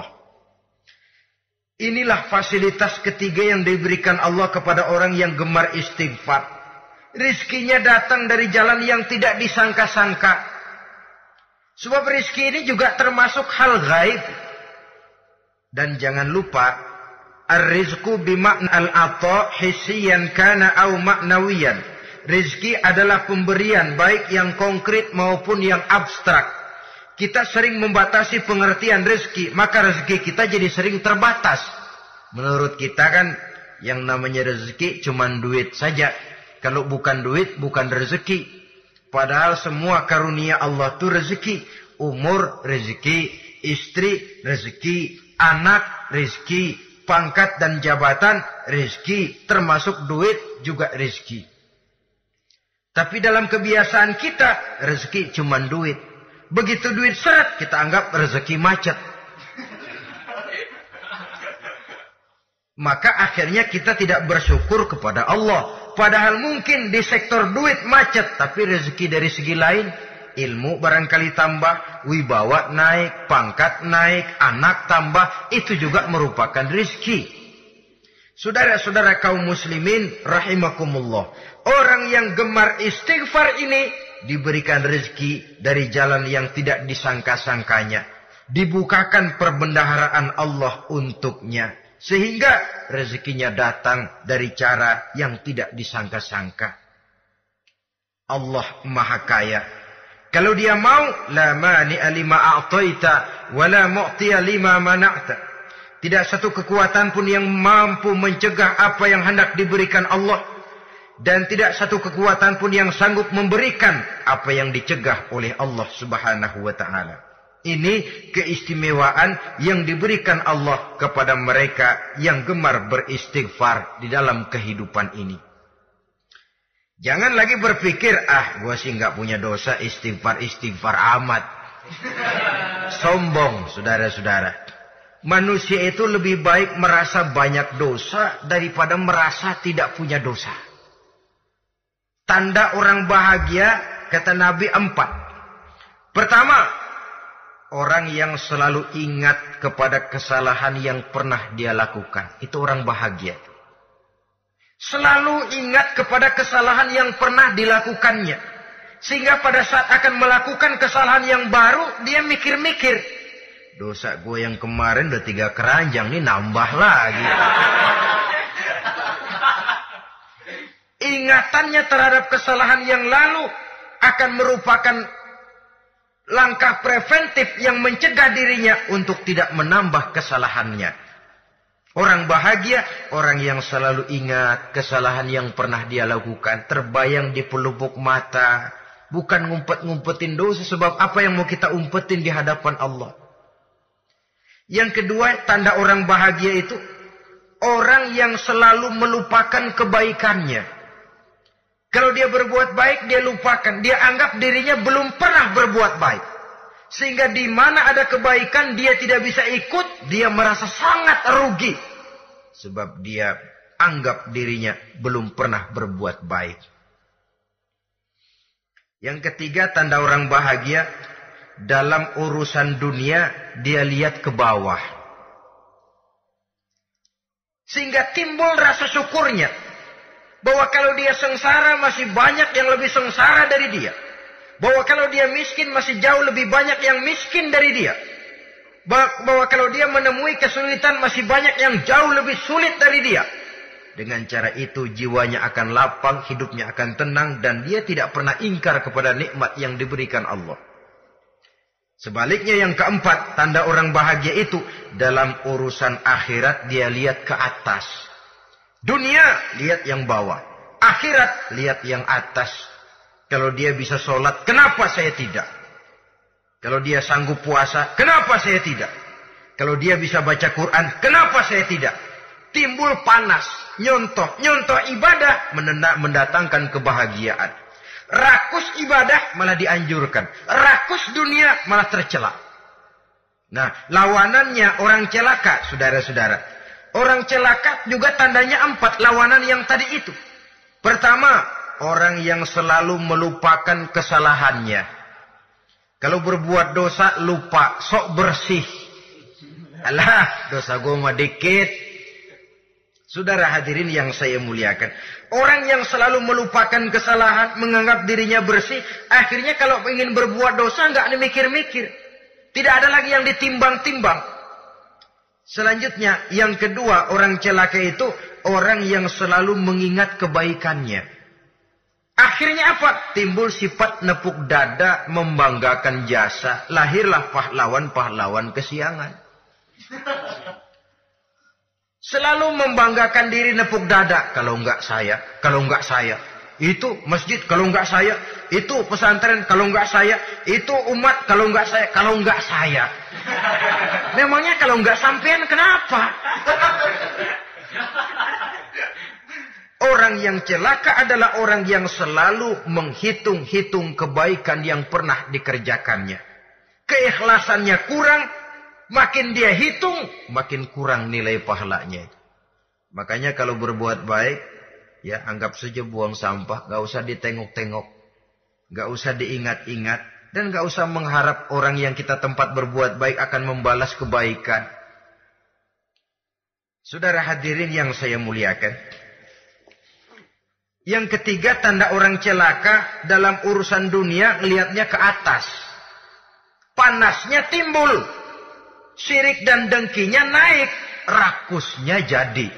Inilah fasilitas ketiga yang diberikan Allah kepada orang yang gemar istighfar. Rizkinya datang dari jalan yang tidak disangka-sangka. Sebab rizki ini juga termasuk hal gaib. Dan jangan lupa, ar-rizqu bima'na al-ata hissiyan kana au ma'nawiyan. Rizki adalah pemberian baik yang konkret maupun yang abstrak. Kita sering membatasi pengertian rezeki, maka rezeki kita jadi sering terbatas. Menurut kita kan yang namanya rezeki cuma duit saja. Kalau bukan duit bukan rezeki. Padahal semua karunia Allah itu rezeki. Umur rezeki, istri rezeki, anak rezeki, pangkat dan jabatan rezeki, termasuk duit juga rezeki. Tapi dalam kebiasaan kita rezeki cuma duit. Begitu duit seret, kita anggap rezeki macet. Maka akhirnya kita tidak bersyukur kepada Allah. Padahal mungkin di sektor duit macet, tapi rezeki dari segi lain, ilmu barangkali tambah, wibawa naik, pangkat naik, anak tambah, itu juga merupakan rezeki. Saudara-saudara kaum muslimin rahimakumullah. Orang yang gemar istighfar ini diberikan rezeki dari jalan yang tidak disangka-sangkanya. Dibukakan perbendaharaan Allah untuknya. Sehingga rezekinya datang dari cara yang tidak disangka-sangka. Allah Maha Kaya. Kalau dia mau, la mani'a lima a'taita wa la mu'tiya lima mana'ta. Tidak satu kekuatan pun yang mampu mencegah apa yang hendak diberikan Allah. Dan tidak satu kekuatan pun yang sanggup memberikan apa yang dicegah oleh Allah Subhanahu wa ta'ala. Ini keistimewaan yang diberikan Allah kepada mereka yang gemar beristighfar di dalam kehidupan ini. Jangan lagi berpikir, ah gua sih nggak punya dosa, istighfar-istighfar amat. Sombong, saudara-saudara. Manusia itu lebih baik merasa banyak dosa daripada merasa tidak punya dosa. Tanda orang bahagia, kata Nabi, empat. Pertama, orang yang selalu ingat kepada kesalahan yang pernah dia lakukan. Itu orang bahagia. Selalu ingat kepada kesalahan yang pernah dilakukannya. Sehingga pada saat akan melakukan kesalahan yang baru, dia mikir-mikir. Dosa gue yang kemarin udah tiga keranjang, nih nambah lagi. Ingatannya terhadap kesalahan yang lalu akan merupakan langkah preventif yang mencegah dirinya untuk tidak menambah kesalahannya. Orang bahagia, orang yang selalu ingat kesalahan yang pernah dia lakukan, terbayang di pelupuk mata, bukan ngumpet-ngumpetin dosa, sebab apa yang mau kita umpetin di hadapan Allah. Yang kedua, tanda orang bahagia itu orang yang selalu melupakan kebaikannya. Kalau dia berbuat baik, dia lupakan. Dia anggap dirinya belum pernah berbuat baik. Sehingga di mana ada kebaikan, dia tidak bisa ikut. Dia merasa sangat rugi. Sebab dia anggap dirinya belum pernah berbuat baik. Yang ketiga, tanda orang bahagia. Dalam urusan dunia, dia lihat ke bawah. Sehingga timbul rasa syukurnya. Bahwa kalau dia sengsara masih banyak yang lebih sengsara dari dia. Bahwa kalau dia miskin masih jauh lebih banyak yang miskin dari dia. Bahwa kalau dia menemui kesulitan masih banyak yang jauh lebih sulit dari dia. Dengan cara itu jiwanya akan lapang, hidupnya akan tenang, dan dia tidak pernah ingkar kepada nikmat yang diberikan Allah. Sebaliknya yang keempat, tanda orang bahagia itu dalam urusan akhirat dia lihat ke atas. Dunia, lihat yang bawah. Akhirat, lihat yang atas. Kalau dia bisa sholat, kenapa saya tidak? Kalau dia sanggup puasa, kenapa saya tidak? Kalau dia bisa baca Quran, kenapa saya tidak? Timbul panas, nyontoh. Nyontoh ibadah mendatangkan kebahagiaan. Rakus ibadah malah dianjurkan. Rakus dunia malah tercela. Nah, lawanannya orang celaka, saudara-saudara. Orang celaka juga tandanya empat, lawanan yang tadi itu. Pertama, orang yang selalu melupakan kesalahannya. Kalau berbuat dosa lupa, sok bersih. Alah, dosa gue mah dikit. Saudara hadirin yang saya muliakan, orang yang selalu melupakan kesalahan, menganggap dirinya bersih, akhirnya kalau ingin berbuat dosa nggak dimikir-mikir. Tidak ada lagi yang ditimbang-timbang. Selanjutnya, yang kedua, orang celaka itu orang yang selalu mengingat kebaikannya. Akhirnya apa? Timbul sifat nepuk dada, membanggakan jasa. Lahirlah pahlawan-pahlawan kesiangan. Selalu membanggakan diri, nepuk dada. Kalau enggak saya, kalau enggak saya. Itu masjid, kalau enggak saya. Itu pesantren, kalau enggak saya. Itu umat, kalau enggak saya. Kalau enggak saya. Memangnya kalau enggak sampean kenapa? Orang yang celaka adalah orang yang selalu menghitung-hitung kebaikan yang pernah dikerjakannya. Keikhlasannya kurang, makin dia hitung, makin kurang nilai pahalanya. Makanya kalau berbuat baik, ya anggap saja buang sampah, gak usah ditengok-tengok, gak usah diingat-ingat, dan gak usah mengharap orang yang kita tempat berbuat baik akan membalas kebaikan. Saudara hadirin yang saya muliakan, yang ketiga tanda orang celaka dalam urusan dunia, ngelihatnya ke atas. Panasnya timbul. Syirik dan dengkinya naik. Rakusnya jadi.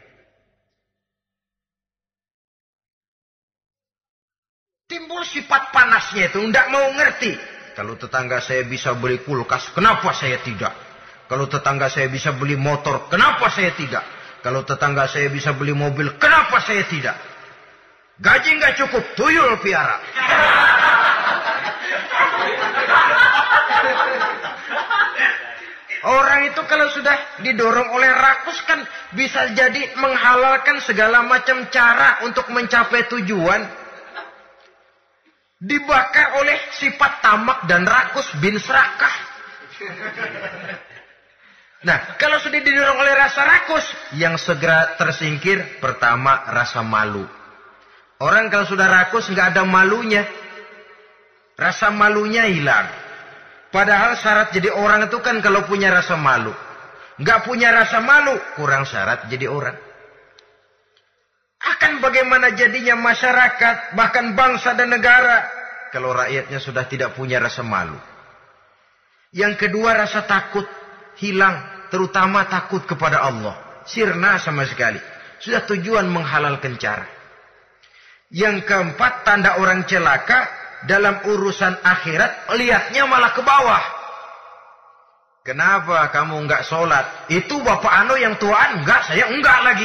Timbul sifat panasnya itu. Tidak mau ngerti. Kalau tetangga saya bisa beli kulkas, kenapa saya tidak? Kalau tetangga saya bisa beli motor, kenapa saya tidak? Kalau tetangga saya bisa beli mobil, kenapa saya tidak? Gaji nggak cukup, tuyul piara. Orang itu kalau sudah didorong oleh rakus kan bisa jadi menghalalkan segala macam cara untuk mencapai tujuan. Dibakar oleh sifat tamak dan rakus bin serakah. Nah, kalau sudah didorong oleh rasa rakus, yang segera tersingkir pertama rasa malu. Orang kalau sudah rakus nggak ada malunya. Rasa malunya hilang. Padahal syarat jadi orang itu kan kalau punya rasa malu. Nggak punya rasa malu, kurang syarat jadi orang. Akan bagaimana jadinya masyarakat, bahkan bangsa dan negara, kalau rakyatnya sudah tidak punya rasa malu. Yang kedua rasa takut hilang, terutama takut kepada Allah. Sirna sama sekali. Sudah tujuan menghalalkan cara. Yang keempat, tanda orang celaka dalam urusan akhirat, lihatnya malah ke bawah. Kenapa kamu enggak sholat? Itu bapak anu yang tuaan, enggak, saya enggak lagi.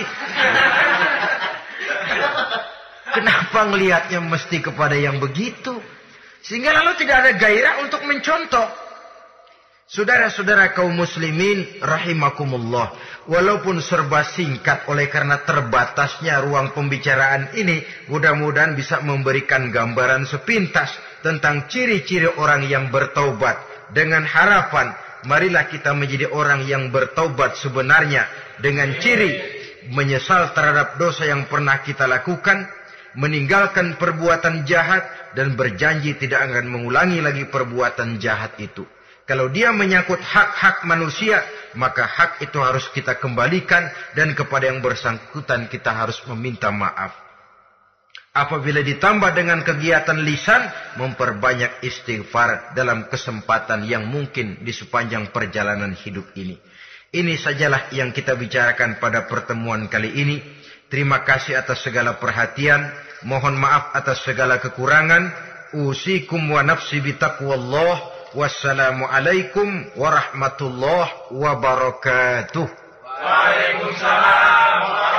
Kenapa ngelihatnya mesti kepada yang begitu? Sehingga lalu tidak ada gairah untuk mencontoh. Saudara-saudara kaum muslimin rahimakumullah, walaupun serba singkat oleh karena terbatasnya ruang pembicaraan ini, mudah-mudahan bisa memberikan gambaran sepintas tentang ciri-ciri orang yang bertaubat. Dengan harapan, marilah kita menjadi orang yang bertaubat sebenarnya dengan ciri menyesal terhadap dosa yang pernah kita lakukan, meninggalkan perbuatan jahat, dan berjanji tidak akan mengulangi lagi perbuatan jahat itu. Kalau dia menyangkut hak-hak manusia, maka hak itu harus kita kembalikan, dan kepada yang bersangkutan kita harus meminta maaf. Apabila ditambah dengan kegiatan lisan, memperbanyak istighfar dalam kesempatan yang mungkin di sepanjang perjalanan hidup ini. Ini sajalah yang kita bicarakan pada pertemuan kali ini. Terima kasih atas segala perhatian. Mohon maaf atas segala kekurangan. Usikum wa nafsi bitaqwallah. Wassalamualaikum warahmatullahi wabarakatuh. Waalaikumsalam.